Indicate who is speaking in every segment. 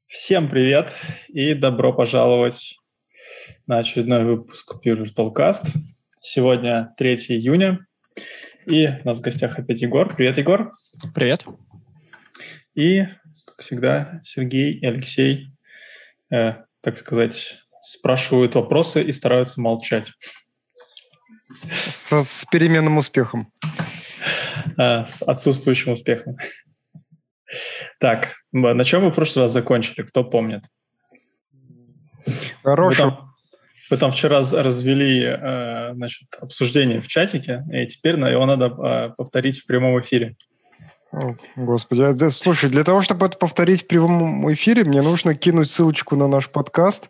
Speaker 1: Всем привет и добро пожаловать на очередной выпуск Pure Virtualcast. Сегодня 3 июня, и у нас в гостях опять Егор. Привет, Егор.
Speaker 2: Привет.
Speaker 1: И, как всегда, Сергей и Алексей, так сказать, спрашивают вопросы и стараются молчать.
Speaker 2: С переменным успехом.
Speaker 1: С отсутствующим успехом. Так, на чем мы в прошлый раз закончили? Кто помнит?
Speaker 2: Хорошо.
Speaker 1: Вы там вчера развели обсуждение в чатике, и теперь его надо повторить в прямом эфире.
Speaker 2: Господи, слушай, для того, чтобы это повторить в прямом эфире, мне нужно кинуть ссылочку на наш подкаст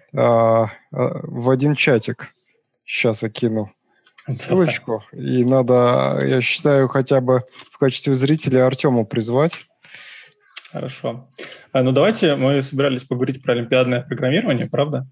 Speaker 2: в один чатик. Сейчас я кину ссылочку. И надо, я считаю, хотя бы в качестве зрителя Артему призвать.
Speaker 1: Хорошо. Ну, давайте, мы собирались поговорить про олимпиадное программирование, правда?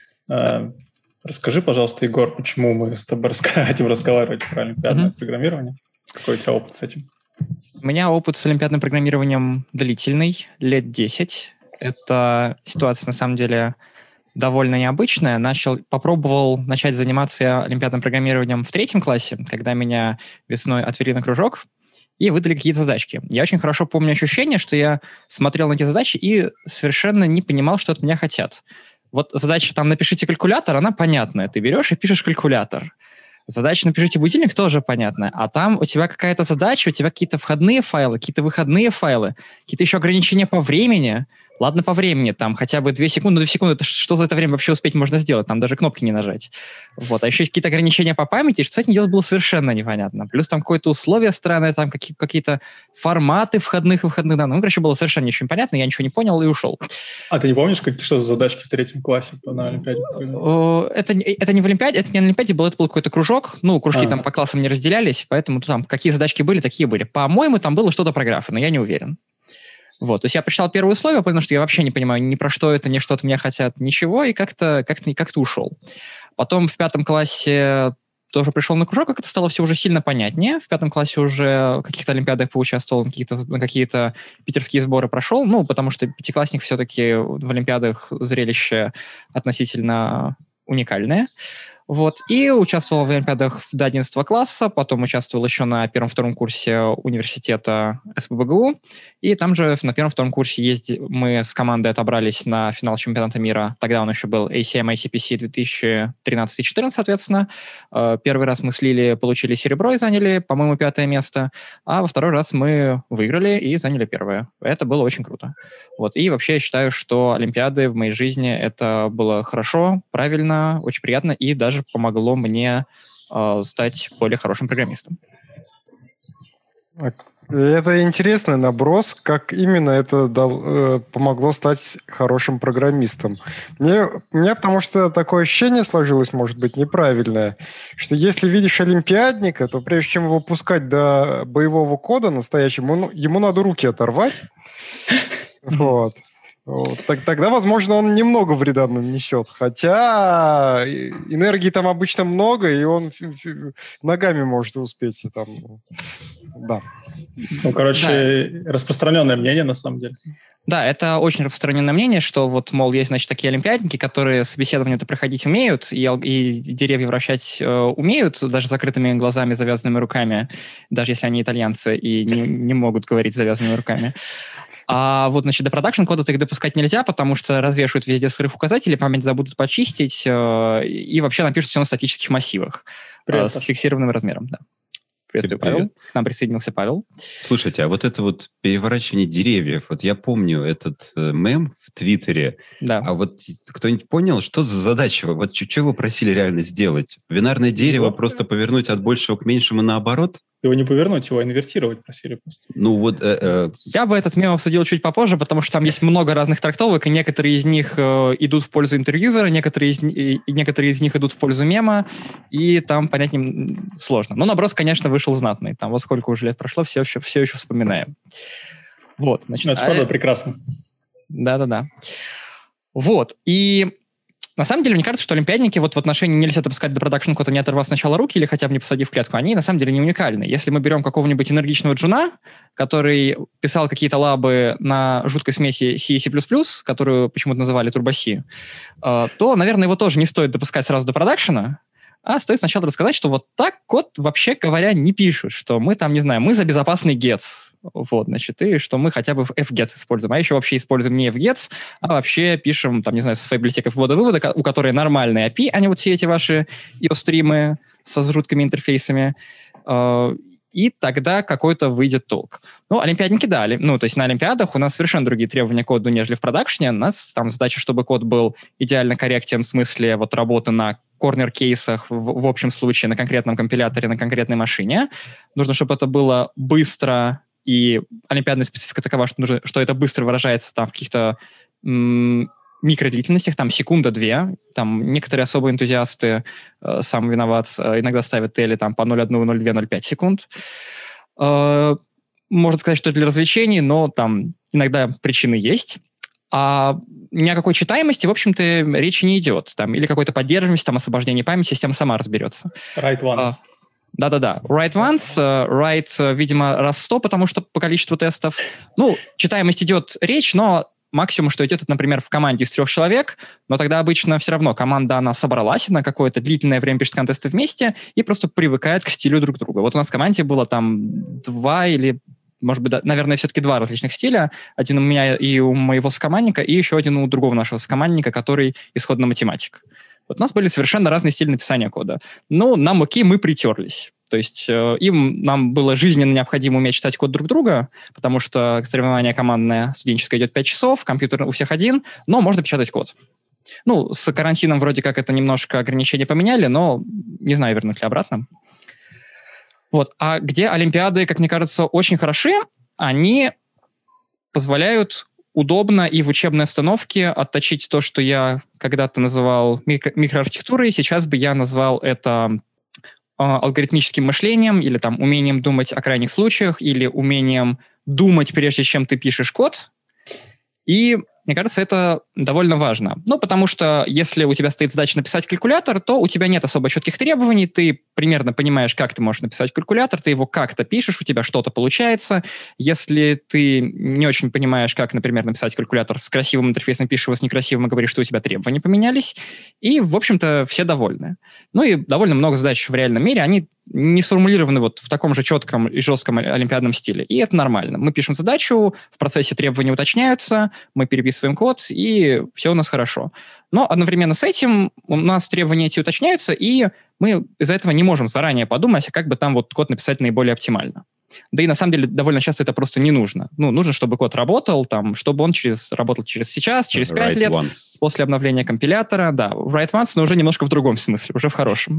Speaker 1: Расскажи, пожалуйста, Егор, почему мы с тобой хотим разговаривать про олимпиадное программирование? Какой у тебя опыт с этим?
Speaker 2: У меня опыт с олимпиадным программированием длительный, лет 10. Эта ситуация, на самом деле, довольно необычная. Попробовал начать заниматься олимпиадным программированием в 3 классе, когда меня весной отвели на кружок и выдали какие-то задачки. Я очень хорошо помню ощущение, что я смотрел на эти задачи и совершенно не понимал, что от меня хотят. Вот задача там «напишите калькулятор», она понятная. Ты берешь и пишешь калькулятор. Задача «напишите будильник» тоже понятная. А там у тебя какая-то задача, у тебя какие-то входные файлы, какие-то выходные файлы, какие-то еще ограничения по времени. Ладно, по времени, там хотя бы 2 секунды, 2 секунды, что за это время вообще успеть можно сделать? Там даже кнопки не нажать. Вот. А еще есть какие-то ограничения по памяти, что с этим делать было совершенно непонятно. Плюс там какое-то условие странное, там какие-то форматы входных и выходных данных. Ну, короче, было совершенно ничего не понятно, я ничего не понял и ушел.
Speaker 1: А ты не помнишь, что за задачки в 3 классе на Олимпиаде?
Speaker 2: Это не в Олимпиаде, это не на Олимпиаде, это был какой-то кружок. Ну, кружки там по классам не разделялись, поэтому там какие задачки были, такие были. По-моему, там было что-то про графы, но я не уверен. Вот, то есть я прочитал первые условия, понял, что я вообще не понимаю ни про что это, ни что от меня хотят, ничего, и как-то ушел. Потом в 5 классе тоже пришел на кружок, как это стало все уже сильно понятнее. В 5 классе уже в каких-то олимпиадах поучаствовал, на какие-то питерские сборы прошел, ну, потому что пятиклассник все-таки в олимпиадах зрелище относительно уникальное. Вот, и участвовал в олимпиадах до 11 класса, потом участвовал еще на 1-2 курсе университета СПбГУ, и там же на 1-2 курсе мы с командой отобрались на финал чемпионата мира, тогда он еще был ACM ICPC 2013-2014, соответственно. Первый раз мы слили, получили серебро и заняли, по-моему, 5 место, а во второй раз мы выиграли и заняли 1. Это было очень круто. Вот, и вообще я считаю, что олимпиады в моей жизни это было хорошо, правильно, очень приятно, и даже помогло мне стать более хорошим программистом.
Speaker 3: Это интересный наброс, как именно это помогло стать хорошим программистом. У меня потому что такое ощущение сложилось, может быть, неправильное, что если видишь олимпиадника, то прежде чем его пускать до боевого кода настоящего, ему надо руки оторвать. Вот. Тогда, возможно, он немного вреда нанесет. Хотя энергии там обычно много, и он ногами может успеть. Там, да.
Speaker 1: Ну, короче, распространенное мнение, на самом деле.
Speaker 2: Да, это очень распространенное мнение, что вот, мол, есть, значит, такие олимпиадники, которые собеседование-то проходить умеют, и деревья вращать умеют, даже с закрытыми глазами, завязанными руками, даже если они итальянцы и не могут говорить с завязанными руками. А вот, значит, до продакшн-кода их допускать нельзя, потому что развешивают везде сырых указателей, память забудут почистить, и вообще напишут все на статических массивах с фиксированным размером. Да. Приветствую, Павел. К нам присоединился Павел.
Speaker 4: Слушайте, а вот это вот переворачивание деревьев, вот я помню этот мем в Твиттере,
Speaker 2: да.
Speaker 4: А вот кто-нибудь понял, что за задача? Вот что вы просили реально сделать? Бинарное дерево просто повернуть от большего к меньшему наоборот?
Speaker 1: Его не повернуть, его инвертировать просили просто.
Speaker 4: Ну вот...
Speaker 2: Я бы этот мем обсудил чуть попозже, потому что там есть много разных трактовок, и некоторые из них идут в пользу интервьюера, некоторые из них идут в пользу мема, и там понять сложно. Но наброс, конечно, вышел знатный. Там вот сколько уже лет прошло, все еще вспоминаем. Вот, значит,
Speaker 1: это правда прекрасно.
Speaker 2: Да-да-да. Вот, и на самом деле, мне кажется, что олимпиадники вот в отношении нельзя допускать до продакшн-кода, не оторвав сначала руки или хотя бы не посадив в клетку, они на самом деле не уникальны. Если мы берем какого-нибудь энергичного джуна, который писал какие-то лабы на жуткой смеси C и C++, которую почему-то называли Turbo-C, то, наверное, его тоже не стоит допускать сразу до продакшена, а стоит сначала рассказать, что вот так код, вообще говоря, не пишут, что мы там, не знаю, мы за безопасный gets, вот, значит, и что мы хотя бы fgets используем, а еще вообще используем не fgets, а вообще пишем, там, не знаю, со своей библиотекой ввода-вывода, у которой нормальный API, а не вот все эти ваши IO-стримы со жуткими интерфейсами, и тогда какой-то выйдет толк. Ну, олимпиадники дали. Ну, то есть на олимпиадах у нас совершенно другие требования к коду, нежели в продакшне. У нас там задача, чтобы код был идеально корректен в смысле вот работы на корнер-кейсах в общем случае, на конкретном компиляторе, на конкретной машине. Нужно, чтобы это было быстро, и олимпиадная специфика такова, что это быстро выражается там в каких-то микродлительностях, там секунда-две, там некоторые особые энтузиасты, сам виноват, иногда ставят тели там по 0,1, 0,2, 0,5 секунд. Можно сказать, что это для развлечений, но там иногда причины есть. А ни о какой читаемости, в общем-то, речи не идет. Там, или какой-то поддерживаемости, там, освобождение памяти, система сама разберется.
Speaker 1: Write once.
Speaker 2: Да-да-да. Write once, write, видимо, раз 100, потому что по количеству тестов. Ну, читаемость идет речь, но максимум, что идет, это, например, в команде из 3 человек, но тогда обычно все равно команда, она собралась на какое-то длительное время, пишет контесты вместе и просто привыкает к стилю друг друга. Вот у нас в команде было там 2 или, может быть, наверное, все-таки 2 различных стиля. Один у меня и у моего скомандника, и еще один у другого нашего скомандника, который исходно математик. Вот у нас были совершенно разные стили написания кода. Ну, нам окей, мы притерлись. То есть нам было жизненно необходимо уметь читать код друг друга, потому что соревнование командное студенческое идет 5 часов, компьютер у всех один, но можно печатать код. Ну, с карантином вроде как это немножко ограничения поменяли, но не знаю, вернуть ли обратно. Вот. А где олимпиады, как мне кажется, очень хороши, они позволяют удобно и в учебной обстановке отточить то, что я когда-то называл микроархитектурой, сейчас бы я назвал это алгоритмическим мышлением или там умением думать о крайних случаях или умением думать, прежде чем ты пишешь код. И мне кажется, это довольно важно. Ну, потому что если у тебя стоит задача написать калькулятор, то у тебя нет особо четких требований, ты примерно понимаешь, как ты можешь написать калькулятор, ты его как-то пишешь, у тебя что-то получается. Если ты не очень понимаешь, как, например, написать калькулятор с красивым интерфейсом, пишешь его с некрасивым и говоришь, что у тебя требования поменялись. И, в общем-то, все довольны. Ну и довольно много задач в реальном мире, они не сформулированы вот в таком же четком и жестком олимпиадном стиле. И это нормально. Мы пишем задачу, в процессе требования уточняются, мы переписываем код, и все у нас хорошо. Но одновременно с этим у нас требования эти уточняются, и мы из-за этого не можем заранее подумать, как бы там вот код написать наиболее оптимально. Да и на самом деле довольно часто это просто не нужно. Ну, нужно, чтобы код работал, там, чтобы он работал через сейчас, через 5 лет, после обновления компилятора. Да, write once, но уже немножко в другом смысле, уже в хорошем.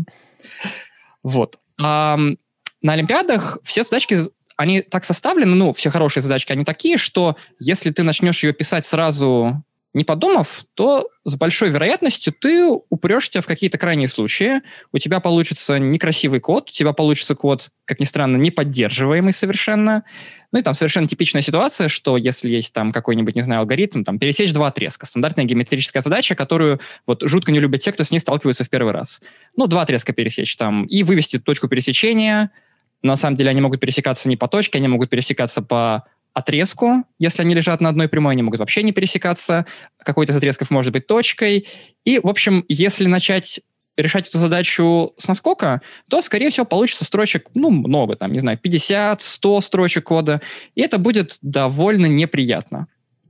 Speaker 2: Вот. А на олимпиадах все задачки, они так составлены, ну, все хорошие задачки, они такие, что если ты начнешь ее писать сразу, не подумав, то с большой вероятностью ты упрешься в какие-то крайние случаи, у тебя получится некрасивый код, у тебя получится код, как ни странно, неподдерживаемый совершенно. Ну и там совершенно типичная ситуация, что если есть там какой-нибудь, не знаю, алгоритм, там, пересечь 2 отрезка, стандартная геометрическая задача, которую вот жутко не любят те, кто с ней сталкиваются в первый раз. Ну, 2 отрезка пересечь там и вывести точку пересечения. На самом деле они могут пересекаться не по точке, они могут пересекаться по отрезку, если они лежат на одной прямой, они могут вообще не пересекаться. Какой-то из отрезков может быть точкой. И, в общем, если начать решать эту задачу с наскока, то, скорее всего, получится строчек, ну, много, там, не знаю, 50, 100 строчек кода, и это будет довольно неприятно.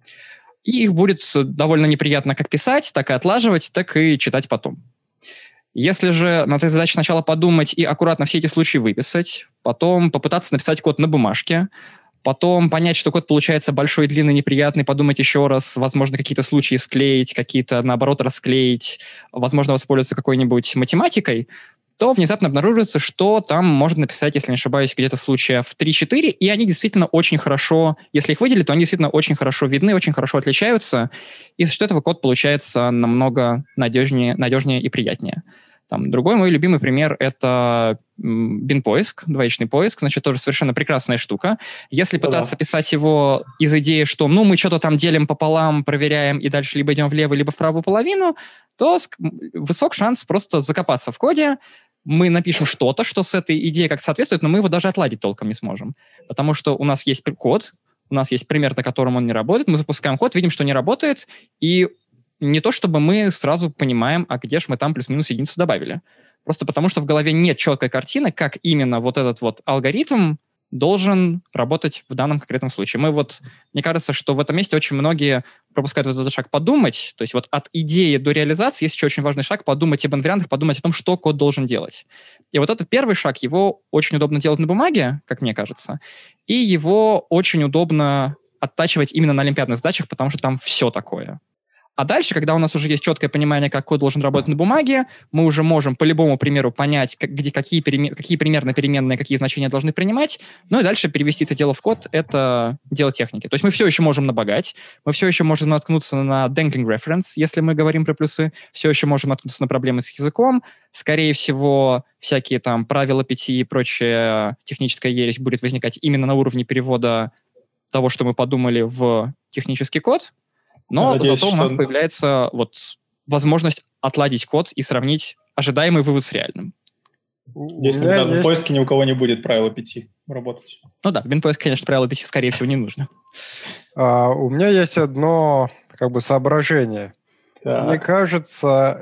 Speaker 2: И их будет довольно неприятно как писать, так и отлаживать, так и читать потом. Если же на этой задаче сначала подумать и аккуратно все эти случаи выписать, потом попытаться написать код на бумажке, потом понять, что код получается большой, длинный, неприятный, подумать еще раз, возможно, какие-то случаи склеить, какие-то, наоборот, расклеить, возможно, воспользоваться какой-нибудь математикой, то внезапно обнаружится, что там можно написать, если не ошибаюсь, где-то случаев 3-4, и они действительно очень хорошо, если их выделить, то они действительно очень хорошо видны, очень хорошо отличаются, и за счет этого код получается намного надежнее и приятнее. Там, другой мой любимый пример — это бинпоиск, двоичный поиск, значит, тоже совершенно прекрасная штука. Если пытаться писать его из идеи, что, мы что-то там делим пополам, проверяем, и дальше либо идем влево, либо в правую половину, то высок шанс просто закопаться в коде. Мы напишем что-то, что с этой идеей как соответствует, но мы его даже отладить толком не сможем. Потому что у нас есть код, у нас есть пример, на котором он не работает, мы запускаем код, видим, что не работает, и не то чтобы мы сразу понимаем, а где же мы там плюс-минус единицу добавили. Просто потому что в голове нет четкой картины, как именно вот этот вот алгоритм должен работать в данном конкретном случае. Мне кажется, что в этом месте очень многие пропускают вот этот шаг подумать. То есть вот от идеи до реализации есть еще очень важный шаг подумать об инвариантах, подумать о том, что код должен делать. И вот этот первый шаг, его очень удобно делать на бумаге, как мне кажется, и его очень удобно оттачивать именно на олимпиадных задачах, потому что там все такое. А дальше, когда у нас уже есть четкое понимание, как код должен работать на бумаге, мы уже можем по любому примеру понять, какие примерно переменные, какие значения должны принимать, и дальше перевести это дело в код — это дело техники. То есть мы все еще можем набагать, мы все еще можем наткнуться на Dangling Reference, если мы говорим про плюсы, все еще можем наткнуться на проблемы с языком. Скорее всего, всякие там правила 5 и прочая техническая ересь будет возникать именно на уровне перевода того, что мы подумали, в технический код. Но надеюсь, зато у нас появляется возможность отладить код и сравнить ожидаемый вывод с реальным.
Speaker 1: Если в данном поиске ни у кого не будет правила 5 работать.
Speaker 2: Ну да, в бинпоиске, конечно, правила 5, скорее всего, не нужно.
Speaker 3: У меня есть одно соображение. Так. Мне кажется,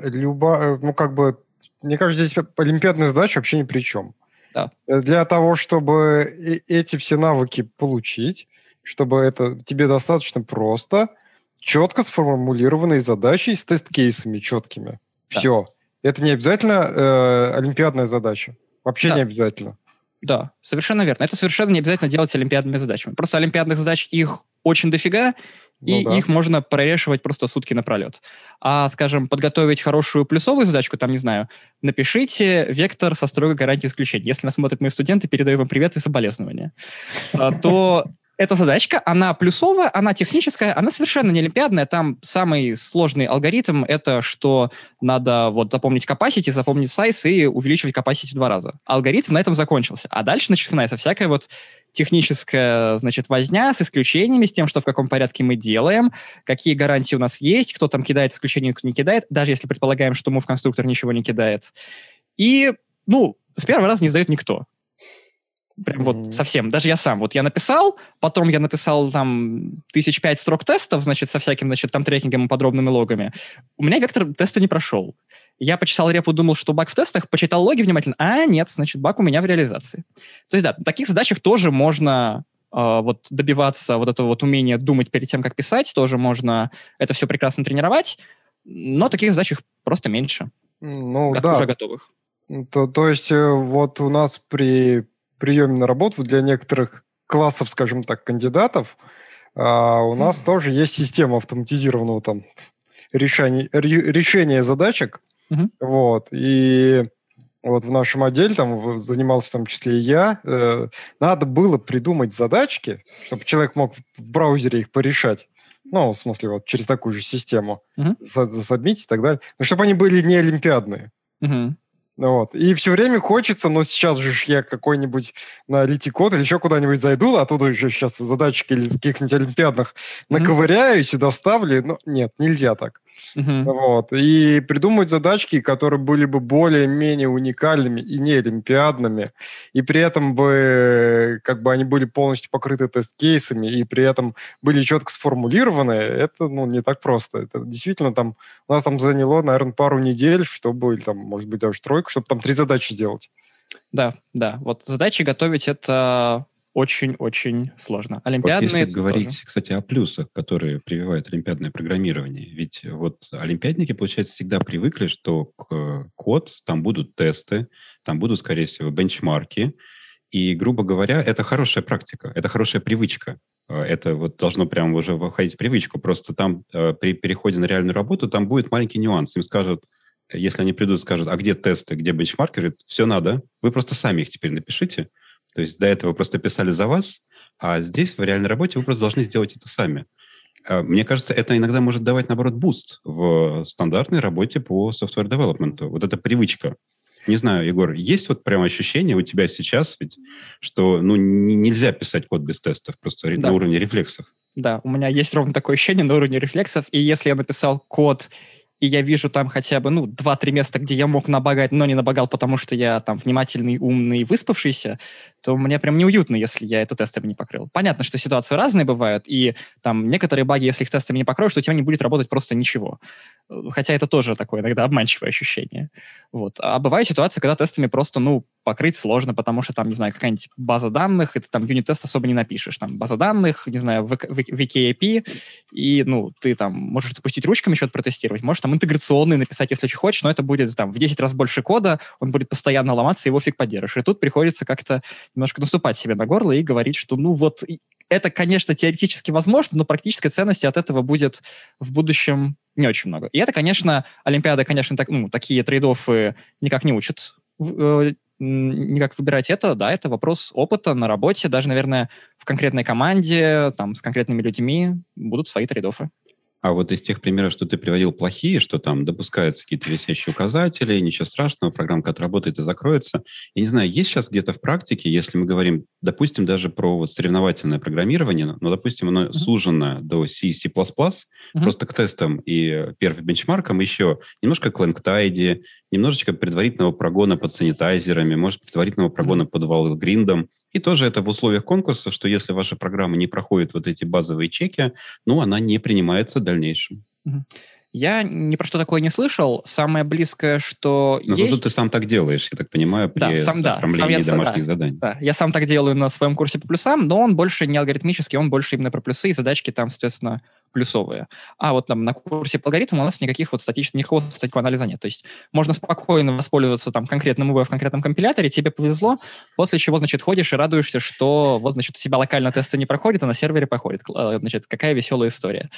Speaker 3: мне кажется, здесь олимпиадная задача вообще ни при чем.
Speaker 2: Да.
Speaker 3: Для того, чтобы эти все навыки получить, чтобы это тебе достаточно просто, четко сформулированные задачи с тест-кейсами четкими. Да. Все. Это не обязательно олимпиадная задача. Вообще не обязательно.
Speaker 2: Да, совершенно верно. Это совершенно не обязательно делать олимпиадными задачами. Просто олимпиадных задач их очень дофига, их можно прорешивать просто сутки напролет. А, скажем, подготовить хорошую плюсовую задачку, напишите вектор со строгой гарантией исключения. Если нас смотрят мои студенты, передаю вам привет и соболезнования. То эта задачка, она плюсовая, она техническая, она совершенно не олимпиадная. Там самый сложный алгоритм — это что надо запомнить capacity, запомнить size и увеличивать capacity в 2 раза. Алгоритм на этом закончился. А дальше начинается всякая техническая, возня с исключениями, с тем, что в каком порядке мы делаем, какие гарантии у нас есть, кто там кидает исключение, кто не кидает, даже если предполагаем, что move конструктор ничего не кидает. И, с первого раза не сдает никто. Прям совсем. Даже я сам. Я написал, потом я написал 1005 строк тестов, со всяким, там трекингом и подробными логами. У меня вектор теста не прошел. Я почитал репу, думал, что баг в тестах, почитал логи внимательно. Нет, баг у меня в реализации. То есть, да, в таких задачах тоже можно добиваться этого умения думать перед тем, как писать, тоже можно это все прекрасно тренировать, но таких задач их просто меньше. Уже готовых.
Speaker 3: То есть, у нас при приеме на работу для некоторых классов, скажем так, кандидатов, у нас тоже есть система автоматизированного решения задачек. И в нашем отделе занимался в том числе и я. Надо было придумать задачки, чтобы человек мог в браузере их порешать. В смысле, через такую же систему. Засабмитить и так далее. Но чтобы они были не олимпиадные. И все время хочется, но сейчас же я какой-нибудь на Литикод или еще куда-нибудь зайду, оттуда же сейчас задачки или каких-нибудь олимпиадных наковыряю, сюда вставлю. Но нет, нельзя так. И придумать задачки, которые были бы более-менее уникальными и не олимпиадными, и при этом бы они были полностью покрыты тест-кейсами, и при этом были четко сформулированы, это не так просто. Это действительно у нас заняло, наверное, пару недель, чтобы, может быть, даже 3, чтобы 3 задачи сделать.
Speaker 2: Да. Задачи готовить — это очень-очень сложно. Олимпиадные
Speaker 4: если говорить, кстати, о плюсах, которые прививает олимпиадное программирование, ведь олимпиадники, получается, всегда привыкли, что код, там будут тесты, там будут, скорее всего, бенчмарки, и, грубо говоря, это хорошая практика, это хорошая привычка. Это должно прямо уже входить в привычку. Просто там при переходе на реальную работу там будет маленький нюанс. Им скажут, если они придут и скажут, а где тесты, где бенчмарки, говорят, все надо, вы просто сами их теперь напишите. То есть до этого просто писали за вас, а здесь в реальной работе вы просто должны сделать это сами. Мне кажется, это иногда может давать, наоборот, буст в стандартной работе по software-девелопменту. Вот эта привычка. Не знаю, Егор, есть вот прямо ощущение у тебя сейчас, ведь, что нельзя писать код без тестов, просто на уровне рефлексов?
Speaker 2: Да, у меня есть ровно такое ощущение на уровне рефлексов, и если я написал код, и я вижу там хотя бы, 2-3 места, где я мог набагать, но не набагал, потому что я там внимательный, умный, выспавшийся, то мне прям неуютно, если я это тестами не покрыл. Понятно, что ситуации разные бывают, и там некоторые баги, если их тестами не покроешь, то у тебя не будет работать просто ничего. Хотя это тоже такое иногда обманчивое ощущение. Вот. А бывают ситуации, когда тестами просто, покрыть сложно, потому что там, не знаю, какая-нибудь база данных, и ты там юнит-тест особо не напишешь. Там база данных, не знаю, VKAP, и, ты там можешь запустить ручками что-то протестировать, можешь там интеграционный написать, если очень хочешь, но это будет там в 10 раз больше кода, он будет постоянно ломаться, его фиг поддержишь. И тут приходится как-то немножко наступать себе на горло и говорить, что, это, конечно, теоретически возможно, но практической ценности от этого будет в будущем не очень много. И это, конечно, Олимпиада, конечно, такие трейд-оффы никак не учат, никак выбирать это. Да, это вопрос опыта на работе, даже, наверное, в конкретной команде, там, с конкретными людьми будут свои трейд-оффы.
Speaker 4: А вот из тех примеров, что ты приводил плохие, что там допускаются какие-то висящие указатели, ничего страшного, программка отработает и закроется. Я не знаю, есть сейчас где-то в практике, если мы говорим, допустим, даже про соревновательное программирование, но, допустим, оно сужено до C, C++, просто к тестам и первым бенчмаркам еще немножко к лэнгтайде, немножечко предварительного прогона под санитайзерами, может, предварительного прогона под валгриндом. И тоже это в условиях конкурса, что если ваша программа не проходит вот эти базовые чеки, она не принимается в дальнейшем.
Speaker 2: Я ни про что такое не слышал. Самое близкое, что
Speaker 4: но
Speaker 2: есть...
Speaker 4: зато ты сам так делаешь, я так понимаю, при оформлении домашних заданий.
Speaker 2: Да, я сам так делаю на своем курсе по плюсам, но он больше не алгоритмический, он больше именно про плюсы, и задачки там, соответственно, плюсовые. А вот там на курсе по алгоритму у нас никакого статического анализа нет. То есть можно спокойно воспользоваться там конкретным UV в конкретном компиляторе, тебе повезло, после чего, ходишь и радуешься, что у тебя локально тесты не проходят, а на сервере проходит. Какая веселая история.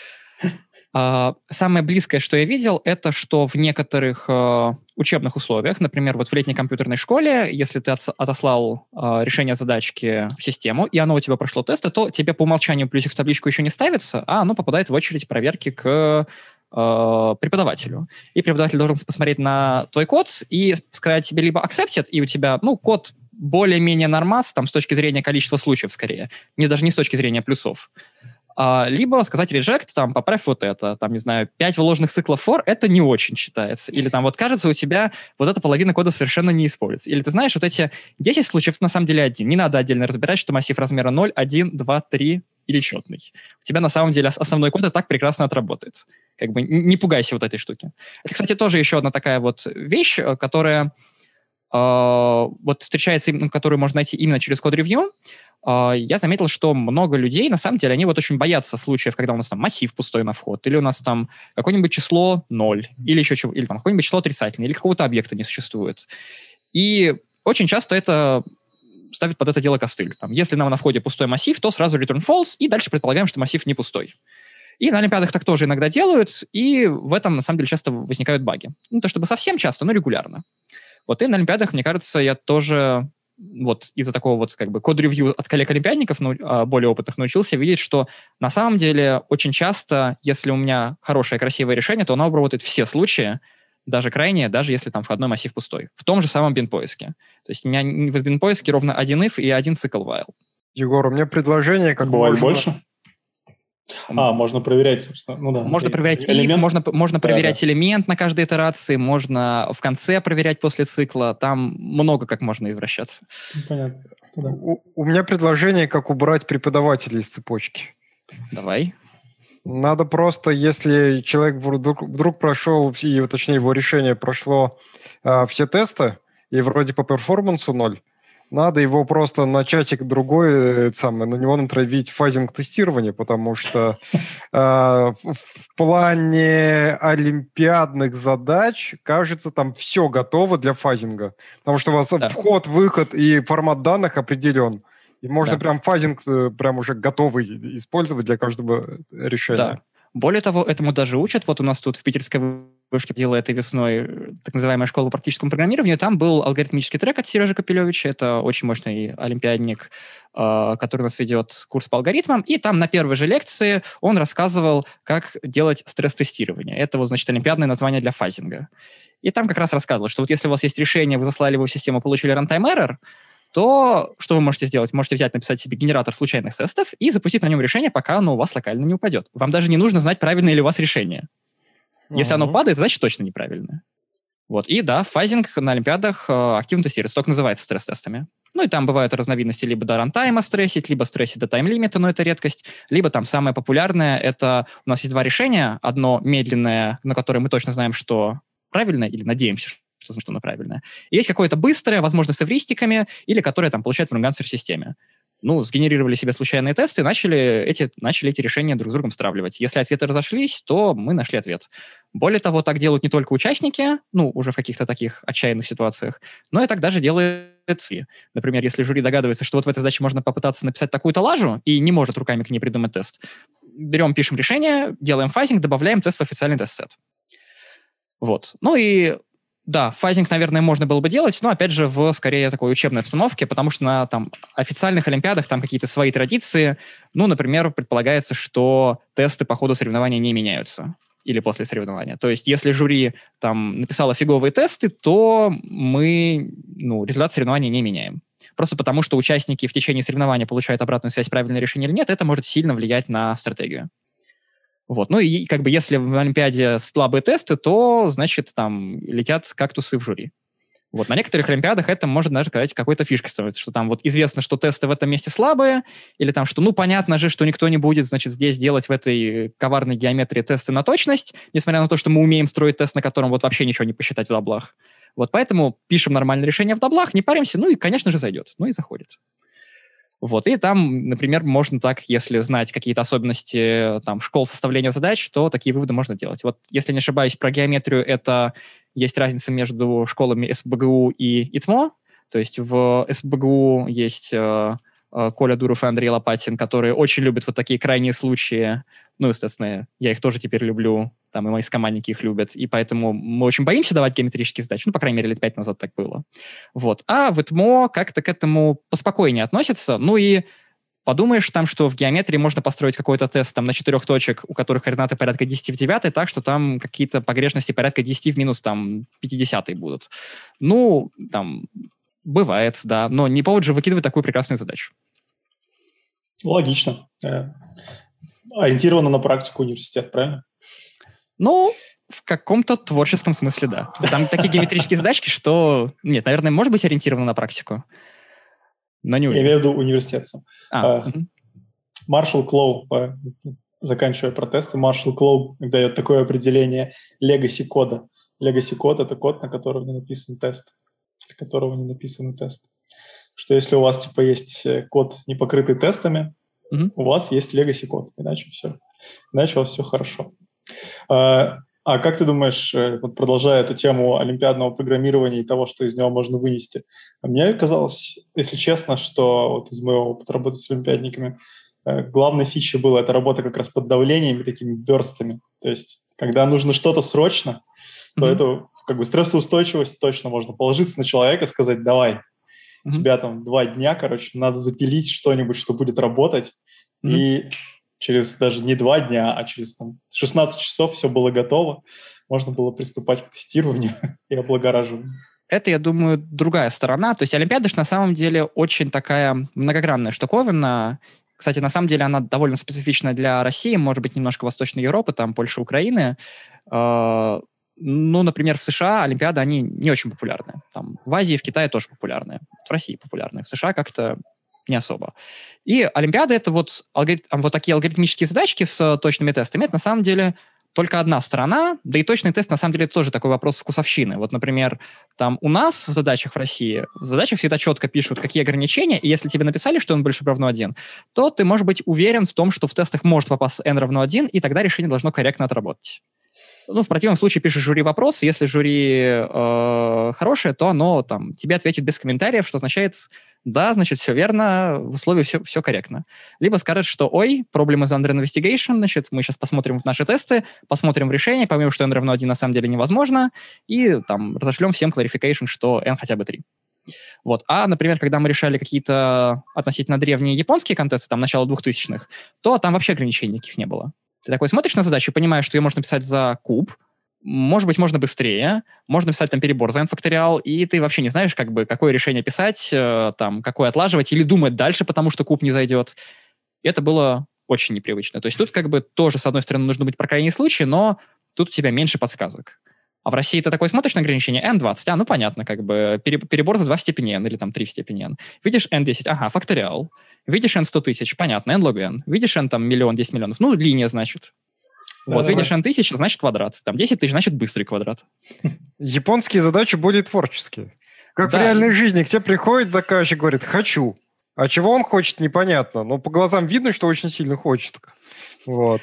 Speaker 2: Самое близкое, что я видел, это что в некоторых учебных условиях, например, вот в летней компьютерной школе, если ты отослал решение задачки в систему, и оно у тебя прошло тесты, то тебе по умолчанию плюсик в табличку еще не ставится, а оно попадает в очередь проверки к преподавателю. И преподаватель должен посмотреть на твой код и сказать тебе либо accepted, и у тебя, код более-менее нормас, там, с точки зрения количества случаев скорее, даже не с точки зрения плюсов. Либо сказать reject, там, поправь вот это, там, не знаю, 5 вложенных циклов for, это не очень считается. Или там, кажется, у тебя вот эта половина кода совершенно не используется. Или ты знаешь, вот эти 10 случаев на самом деле один. Не надо отдельно разбирать, что массив размера 0, 1, 2, 3 или четный. У тебя на самом деле основной код и так прекрасно отработает. Не пугайся вот этой штуки. Это, кстати, тоже еще одна такая вот вещь, которая встречается, которую можно найти именно через код-ревью. Я заметил, что много людей, на самом деле, они очень боятся случаев, когда у нас там массив пустой на вход, или у нас там какое-нибудь число 0, или еще чего, или там какое-нибудь число отрицательное, или какого-то объекта не существует. И очень часто это ставит под это дело костыль. Если нам на входе пустой массив, то сразу return false, и дальше предполагаем, что массив не пустой. И на Олимпиадах так тоже иногда делают, и в этом, на самом деле, часто возникают баги. Не то чтобы совсем часто, но регулярно. И на Олимпиадах, мне кажется, я тоже из-за такого код-ревью от коллег-олимпиадников, более опытных, научился видеть, что на самом деле очень часто, если у меня хорошее, красивое решение, то оно обработает все случаи, даже крайние, даже если там входной массив пустой. В том же самом бин-поиске. То есть у меня в бин-поиске ровно один if и один цикл while.
Speaker 3: Егор, у меня предложение, как
Speaker 1: бывает больше? Можно проверять, собственно.
Speaker 2: Можно проверять if, можно проверять элемент на каждой итерации, можно в конце проверять после цикла. Там много как можно извращаться.
Speaker 1: Понятно.
Speaker 3: Да. У меня предложение, как убрать преподавателей из цепочки.
Speaker 2: Давай.
Speaker 3: Надо просто, если человек вдруг прошел, и, точнее, его решение прошло все тесты, и вроде по перформансу 0, надо его просто на чатик другой, на него натравить фазинг-тестирование, потому что в плане олимпиадных задач, кажется, там все готово для фазинга. Потому что у вас вход, выход и формат данных определен. И можно прям фазинг прям уже готовый использовать для каждого решения.
Speaker 2: Да. Более того, этому даже учат. Вот у нас тут в питерской девушки делала этой весной так называемая школа по практическому программированию. Там был алгоритмический трек от Сережи Капелевича. Это очень мощный олимпиадник, который у нас ведет курс по алгоритмам. И там на первой же лекции он рассказывал, как делать стресс-тестирование. Это, вот, значит, олимпиадное название для фазинга. И там как раз рассказывал, что вот если у вас есть решение, вы заслали его в систему, получили runtime error, то что вы можете сделать? Можете взять, написать себе генератор случайных тестов и запустить на нем решение, пока оно у вас локально не упадет. Вам даже не нужно знать, правильное ли у вас решение. Если оно падает, значит точно неправильное. Вот. И да, фазинг на олимпиадах активно тестируется, только называется стресс-тестами. Ну и там бывают разновидности либо до рантайма стрессить, либо стрессить до тайм-лимита, но это редкость, либо там самое популярное, это у нас есть два решения. Одно медленное, на которое мы точно знаем, что правильное, или надеемся, что оно правильное. И есть какое-то быстрое, возможно, с эвристиками, или которое там получает в лонг-ансвер-системе. Ну, сгенерировали себе случайные тесты, начали эти решения друг с другом стравливать. Если ответы разошлись, то мы нашли ответ. Более того, так делают не только участники, ну, уже в каких-то таких отчаянных ситуациях, но и так даже делают и. Например, если жюри догадывается, что вот в этой задаче можно попытаться написать такую-то лажу и не может руками к ней придумать тест, берем, пишем решение, делаем фазинг, добавляем тест в официальный тест-сет. Вот. Ну и да, фазинг, наверное, можно было бы делать, но, опять же, в, скорее, такой учебной обстановке, потому что на там, официальных олимпиадах там какие-то свои традиции. Ну, например, предполагается, что тесты по ходу соревнования не меняются или после соревнования. То есть, если жюри там написало фиговые тесты, то мы результат соревнования не меняем. Просто потому, что участники в течение соревнования получают обратную связь, правильное решение или нет, это может сильно влиять на стратегию. Вот. Ну и как бы если в Олимпиаде слабые тесты, то, значит, там летят кактусы в жюри. Вот. На некоторых Олимпиадах это может даже сказать какой-то фишкой становится, что там вот известно, что тесты в этом месте слабые, или там, что понятно же, что никто не будет, значит, здесь делать в этой коварной геометрии тесты на точность, несмотря на то, что мы умеем строить тест, на котором вот вообще ничего не посчитать в даблах. Вот поэтому пишем нормальное решение в даблах, не паримся, и, конечно же, зайдет. И заходит. Вот, и там, например, можно так, если знать какие-то особенности там, школ составления задач, то такие выводы можно делать. Вот, если не ошибаюсь, про геометрию это есть разница между школами СПбГУ и ИТМО. То есть в СПбГУ есть Коля Дуров и Андрей Лопатин, которые очень любят вот такие крайние случаи. Ну, естественно, я их тоже теперь люблю, там и мои скомандники их любят, и поэтому мы очень боимся давать геометрические задачи. По крайней мере, лет 5 назад так было. Вот. А в ИТМО как-то к этому поспокойнее относятся. Ну и подумаешь там, что в геометрии можно построить какой-то тест там, на 4 точек, у которых координаты порядка 10 в 9, так что там какие-то погрешности порядка 10 в минус там 50 будут. Ну, там, бывает, да, но не повод же выкидывать такую прекрасную задачу.
Speaker 1: Логично. Ориентировано на практику университет, правильно?
Speaker 2: Ну, в каком-то творческом смысле, да. Там такие геометрические задачки, что... Нет, наверное, может быть ориентировано на практику, но не уверен.
Speaker 1: Я имею в виду университет сам. Маршал Клоу, заканчивая протесты, Маршал Клоу дает такое определение legacy кода. Legacy код – это код, на котором не написан тест. Для которого не написан тест. Что если у вас типа есть код, не покрытый тестами, у вас есть legacy код, иначе все. Иначе у вас все хорошо. А как ты думаешь, вот продолжая эту тему олимпиадного программирования и того, что из него можно вынести, мне казалось, если честно, что вот из моего опыта работы с олимпиадниками главной фичей была эта работа как раз под давлением и такими бёрстами. То есть, когда нужно что-то срочно, то это как бы стрессоустойчивость точно можно положиться на человека, сказать, давай, тебя там 2 дня, надо запилить что-нибудь, что будет работать, и через даже не 2 дня, а через там, 16 часов все было готово, можно было приступать к тестированию и облагораживанию.
Speaker 2: Это, я думаю, другая сторона. То есть Олимпиада же на самом деле очень такая многогранная штуковина. Кстати, на самом деле она довольно специфична для России, может быть, немножко Восточной Европы, там Польши, Украины. Ну, например, в США Олимпиады, они не очень популярны. Там, в Азии, в Китае тоже популярны. В России популярны. В США как-то не особо. И Олимпиада — это вот такие алгоритмические задачки с точными тестами. Это на самом деле только одна сторона, да и точный тест на самом деле тоже такой вопрос вкусовщины. Вот, например, там у нас в задачах в России, в задачах всегда четко пишут, какие ограничения, и если тебе написали, что n больше равно 1, то ты можешь быть уверен в том, что в тестах может попасться n равно 1, и тогда решение должно корректно отработать. Ну, в противном случае пишешь жюри вопрос, если жюри хорошее, то оно там тебе ответит без комментариев, что означает, Да, значит, все верно, в условии все корректно. Либо скажет, что, ой, проблема is under investigation, значит, мы сейчас посмотрим в наши тесты, посмотрим в решение, поймем, что n равно 1 на самом деле невозможно, и там разошлем всем clarification, что n хотя бы 3. Вот. А, например, когда мы решали какие-то относительно древние японские контесты, там, начала 2000-х, то там вообще ограничений никаких не было. Ты такой смотришь на задачу, понимаешь, что ее можно писать за куб, может быть, можно быстрее, можно писать там перебор за n-факториал, и ты вообще не знаешь, как бы, какое решение писать, там, какое отлаживать, или думать дальше, потому что куб не зайдет. И это было очень непривычно. То есть тут как бы тоже, с одной стороны, нужно быть про крайний случай, но тут у тебя меньше подсказок. А в России ты такой смотришь на ограничение n20, ну понятно, как бы перебор за 2 в степени n или там 3 в степени n. Видишь n10, ага, факториал. Видишь n100 тысяч, понятно, n log n. Видишь n там миллион, 10 миллионов, ну линия, значит. Вот, да, видишь, n тысяч, значит квадрат. Там 10 тысяч, значит быстрый квадрат.
Speaker 3: Японские задачи более творческие. Как в реальной жизни, к тебе приходит заказчик, говорит, хочу. А чего он хочет, непонятно. Но по глазам видно, что очень сильно хочет. Вот.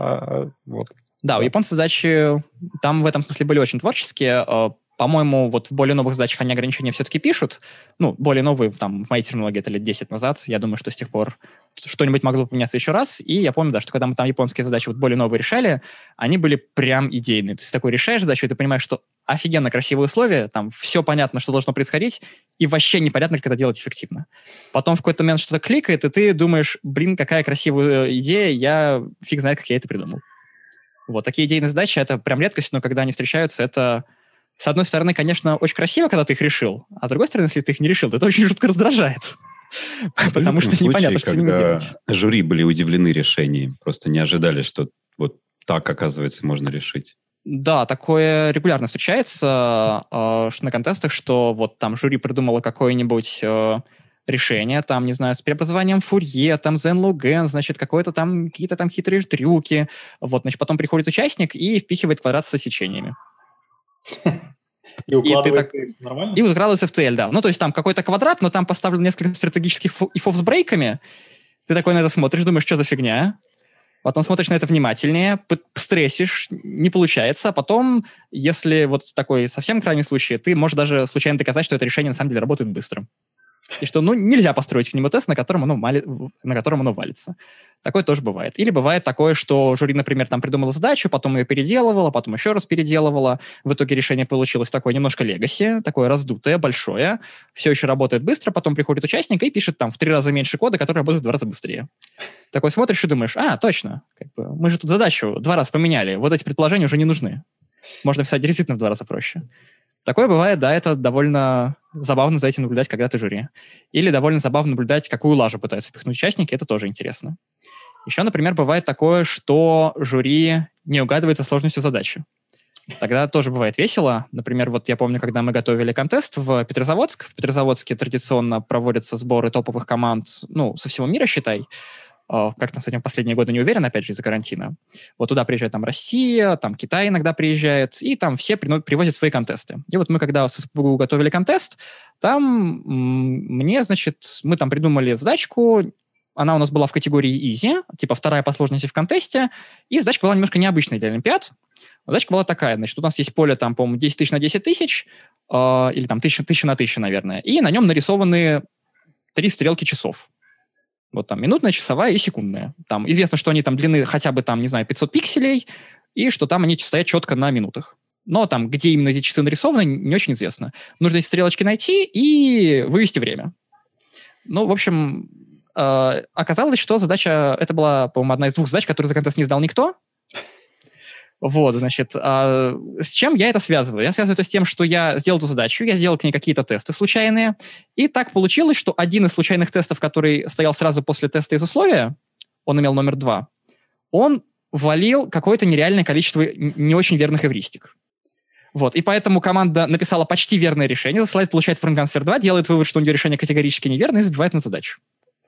Speaker 3: Вот.
Speaker 2: Да, у японцев задачи там в этом смысле были очень творческие. По-моему, вот в более новых задачах они ограничения все-таки пишут. Ну, более новые, там, в моей терминологии это лет 10 назад. Я думаю, что с тех пор что-нибудь могло поменяться еще раз. И я помню, да, что когда мы там японские задачи вот более новые решали, они были прям идейные. То есть такой решаешь задачу, и ты понимаешь, что офигенно красивые условия, там все понятно, что должно происходить, и вообще непонятно, как это делать эффективно. Потом в какой-то момент что-то кликает, и ты думаешь, блин, какая красивая идея, я фиг знает, как я это придумал. Вот, такие идейные задачи — это прям редкость, но когда они встречаются, это, с одной стороны, конечно, очень красиво, когда ты их решил, а с другой стороны, если ты их не решил, то это очень жутко раздражает. Потому что непонятно, что с ними делать.
Speaker 4: Жюри были удивлены решением, просто не ожидали, что вот так, оказывается, можно решить.
Speaker 2: Да, такое регулярно встречается на контестах, что вот там жюри придумало какое-нибудь решение, там, не знаю, с преобразованием Фурье, там, Zen-Log-N, значит, какие-то там хитрые трюки. Вот, значит, потом приходит участник и впихивает квадрат с сечениями.
Speaker 1: И укладывается нормально?
Speaker 2: И укладывается в TL, да. Ну, то есть там какой-то квадрат, но там поставлено несколько стратегических ифов с брейками. Ты такой на это смотришь, думаешь, что за фигня? Потом смотришь на это внимательнее, стрессишь, не получается. А потом, если вот такой совсем крайний случай, ты можешь даже случайно доказать, что это решение на самом деле работает быстро. И что, ну, нельзя построить к нему тест, на котором оно валится. Такое тоже бывает. Или бывает такое, что жюри, например, там придумало задачу, потом ее переделывало, потом еще раз переделывало. В итоге решение получилось такое немножко легаси, такое раздутое, большое. Все еще работает быстро, потом приходит участник и пишет там в 3 раза меньше кода, который работает в 2 раза быстрее. Такой смотришь и думаешь, точно, как бы, мы же тут задачу 2 раза поменяли, вот эти предположения уже не нужны. Можно писать действительно в 2 раза проще. Такое бывает, да, это довольно забавно за этим наблюдать, когда ты жюри. Или довольно забавно наблюдать, какую лажу пытаются впихнуть участники, это тоже интересно. Еще, например, бывает такое, что жюри не угадывает со сложностью задачи. Тогда тоже бывает весело. Например, вот я помню, когда мы готовили контест в Петрозаводск. В Петрозаводске традиционно проводятся сборы топовых команд, ну, со всего мира, считай. Как там с этим в последние годы не уверен, опять же, из-за карантина. Вот туда приезжает там Россия, там Китай иногда приезжает, и там все привозят свои контесты. И вот мы, когда с СПБГУ готовили контест, там мне, значит, мы там придумали задачку, она у нас была в категории easy, типа 2 по сложности в контесте, и задачка была немножко необычной для Олимпиад. Задачка была такая, значит, у нас есть поле, там, по-моему, 10 тысяч на 10 тысяч, или там 1000 на 1000, наверное, и на нем нарисованы 3 стрелки часов. Вот там минутная, часовая и секундная. Там известно, что они там длины хотя бы там, не знаю, 500 пикселей, и что там они стоят четко на минутах. Но там, где именно эти часы нарисованы, не очень известно. Нужно эти стрелочки найти и вывести время. Ну, в общем, оказалось, что задача, это была, по-моему, одна из 2 задач, которые за контест не сдал никто. Вот, значит, с чем я это связываю? Я связываю это с тем, что я сделал эту задачу, я сделал к ней какие-то тесты случайные, и так получилось, что один из случайных тестов, который стоял сразу после теста из условия, он имел номер 2, он ввалил какое-то нереальное количество не очень верных эвристик. Вот, и поэтому команда написала почти верное решение, засылает, получает фрагмент 2, делает вывод, что у нее решение категорически неверное, и забивает на задачу.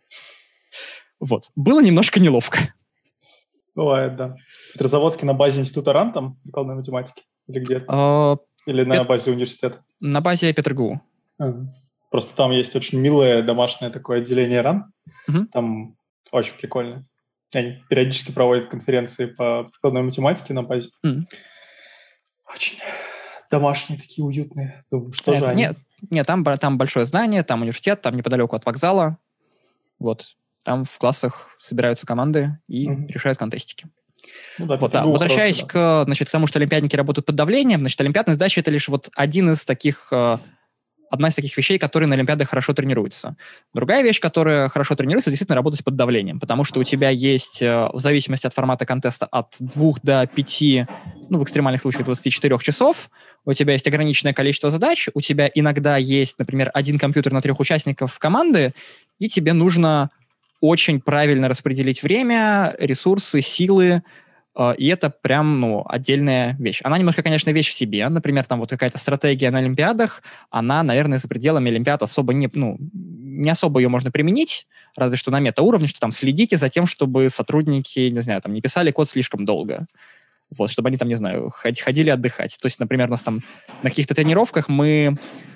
Speaker 2: Вот, было немножко неловко.
Speaker 1: Бывает, да. В Петрозаводске на базе института РАН, там, прикладной математики? Или где? Или на базе университета?
Speaker 2: На базе ПетрГУ.
Speaker 1: Просто там есть очень милое домашнее такое отделение РАН. Там очень прикольно. Они периодически проводят конференции по прикладной математике на базе. Очень домашние, такие уютные. Думаю, что же они?
Speaker 2: Нет, там большое здание, там университет, там неподалеку от вокзала. Вот. Там в классах собираются команды и решают контестики.
Speaker 1: Ну, да,
Speaker 2: вот, да. Возвращаясь к тому, что олимпиадники работают под давлением, значит, олимпиадная сдача – это лишь вот одна из таких вещей, которые на олимпиадах хорошо тренируются. Другая вещь, которая хорошо тренируется, действительно работать под давлением, потому что у тебя есть, в зависимости от формата контеста, от 2 до 5, в экстремальных случаях 24 часов, у тебя есть ограниченное количество задач, у тебя иногда есть, например, один компьютер на 3 участников команды, и тебе нужно очень правильно распределить время, ресурсы, силы, и это прям, отдельная вещь. Она немножко, конечно, вещь в себе. Например, там вот какая-то стратегия на Олимпиадах, она, наверное, за пределами Олимпиад особо не особо ее можно применить, разве что на метауровне, что там следите за тем, чтобы сотрудники, не знаю, там не писали код слишком долго. Вот, чтобы они там, не знаю, ходили отдыхать. То есть, например, у нас там на каких-то тренировках мы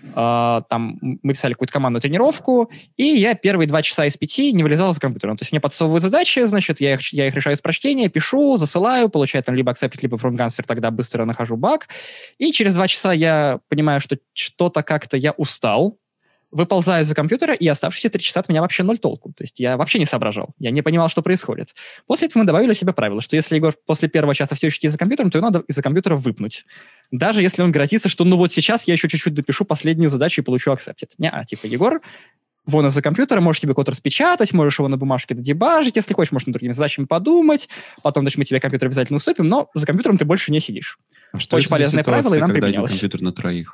Speaker 2: писали какую-то командную тренировку, и я первые 2 часа из 5 не вылезал из компьютера. То есть мне подсовывают задачи, значит, я их решаю с прочтения, пишу, засылаю, получаю там либо accept, либо from transfer, тогда быстро нахожу баг. И через 2 часа я понимаю, что что-то как-то я устал, выползаю из-за компьютера, и оставшиеся 3 часа от меня вообще 0 толку. То есть я вообще не соображал. Я не понимал, что происходит. После этого мы добавили себе правило, что если Егор после первого часа все еще сидит за компьютером, то его надо из-за компьютера выпнуть. Даже если он грозится, что вот сейчас я еще чуть-чуть допишу последнюю задачу и получу accepted. Егор, вон из-за компьютера, можешь тебе код распечатать, можешь его на бумажке додебажить, если хочешь, можешь над другими задачами подумать, потом, значит, мы тебе компьютер обязательно уступим, но за компьютером ты больше не сидишь. Очень полезное правило, и нам применялось.
Speaker 4: Компьютер на 3?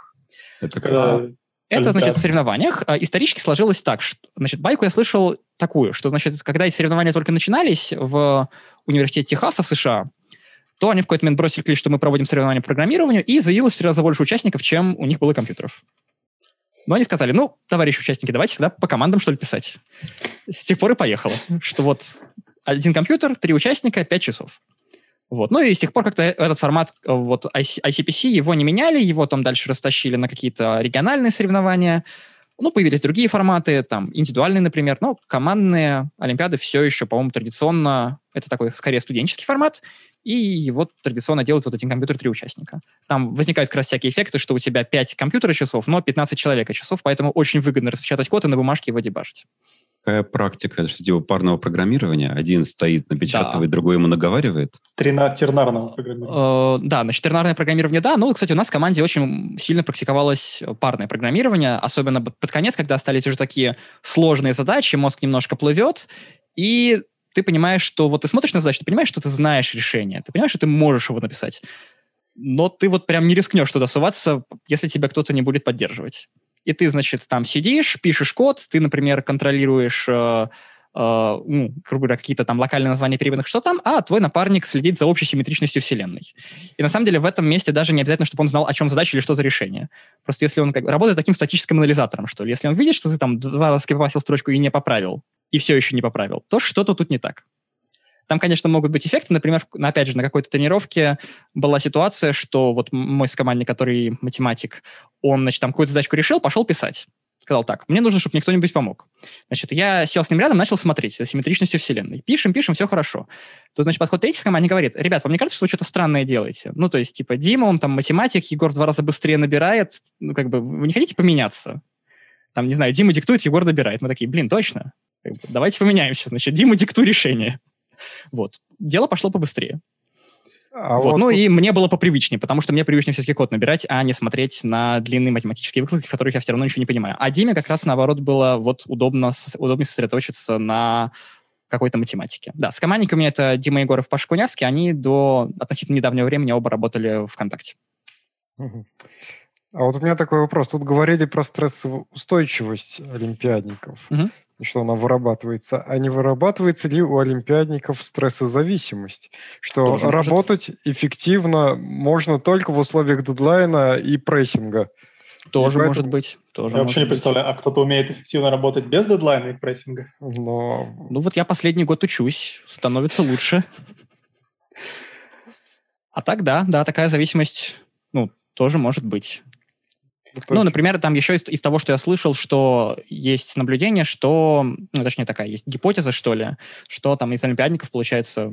Speaker 2: Это, значит, в соревнованиях исторически сложилось так, что, значит, байку я слышал такую, что, значит, когда эти соревнования только начинались в университете Техаса в США, то они в какой-то момент бросили клич, что мы проводим соревнования по программированию, и заявилось в 3 раза больше участников, чем у них было компьютеров. Но они сказали, товарищи участники, давайте тогда по командам, что ли, писать. С тех пор и поехало, что вот 1 компьютер, 3 участника, 5 часов. Вот. И с тех пор как-то этот формат, вот ICPC, его не меняли, его там дальше растащили на какие-то региональные соревнования. Появились другие форматы, там, индивидуальные, например, но командные олимпиады все еще, по-моему, традиционно, это такой, скорее, студенческий формат, и его традиционно делают вот 1 компьютер, 3 участника. Там возникают как раз всякие эффекты, что у тебя 5 компьютера часов, но 15 человека часов, поэтому очень выгодно распечатать код и на бумажке его дебажить.
Speaker 4: Какая практика, что типа парного программирования? Один стоит, напечатывает, другой ему наговаривает?
Speaker 1: Тернарного программирования.
Speaker 2: Да, значит, тернарное программирование, да. Кстати, у нас в команде очень сильно практиковалось парное программирование, особенно под конец, когда остались уже такие сложные задачи, мозг немножко плывет, и ты понимаешь, что вот ты смотришь на задачу, ты понимаешь, что ты знаешь решение, ты понимаешь, что ты можешь его написать, но ты вот прям не рискнешь туда суваться, если тебя кто-то не будет поддерживать. И ты, значит, там сидишь, пишешь код, ты, например, контролируешь, грубо говоря, какие-то там локальные названия переменных, что там, а твой напарник следит за общей симметричностью Вселенной. И на самом деле в этом месте даже не обязательно, чтобы он знал, о чем задача или что за решение. Просто если он работает таким статическим анализатором, что ли, если он видит, что ты там 2 раза скипасил строчку и не поправил, и все еще не поправил, то что-то тут не так. Там, конечно, могут быть эффекты. Например, опять же, на какой-то тренировке была ситуация, что вот мой командник, который математик, он, значит, там какую-то задачку решил, пошел писать. Сказал так, мне нужно, чтобы мне кто-нибудь помог. Значит, я сел с ним рядом, начал смотреть за симметричностью Вселенной. Пишем, все хорошо. Тут, значит, подходит третий командник и говорит, ребят, вам не кажется, что вы что-то странное делаете? То есть, типа, Дима, он там математик, Егор в 2 раза быстрее набирает. Вы не хотите поменяться? Там, не знаю, Дима диктует, Егор набирает. Мы такие, точно? Давайте поменяемся. Значит, Дима диктуй решение. Вот. Дело пошло побыстрее. И мне было попривычнее, потому что мне привычнее все-таки код набирать, а не смотреть на длинные математические выкладки, в которых я все равно ничего не понимаю. А Диме как раз, наоборот, было удобнее сосредоточиться на какой-то математике. Да, с командниками у меня это Дима Егоров, Паша Кунявский, они до относительно недавнего времени оба работали ВКонтакте.
Speaker 3: А вот у меня такой вопрос. Тут говорили про стрессоустойчивость олимпиадников. Что она вырабатывается. А не вырабатывается ли у олимпиадников стрессозависимость? Что тоже работать эффективно можно только в условиях дедлайна и прессинга.
Speaker 2: Тоже может быть.
Speaker 1: Я вообще не представляю, а кто-то умеет эффективно работать без дедлайна и прессинга?
Speaker 2: Вот я последний год учусь, становится лучше. А так, да, такая зависимость, тоже может быть. Например, там еще из того, что я слышал, что есть наблюдение, что, точнее такая, есть гипотеза, что ли, что там из олимпиадников, получается,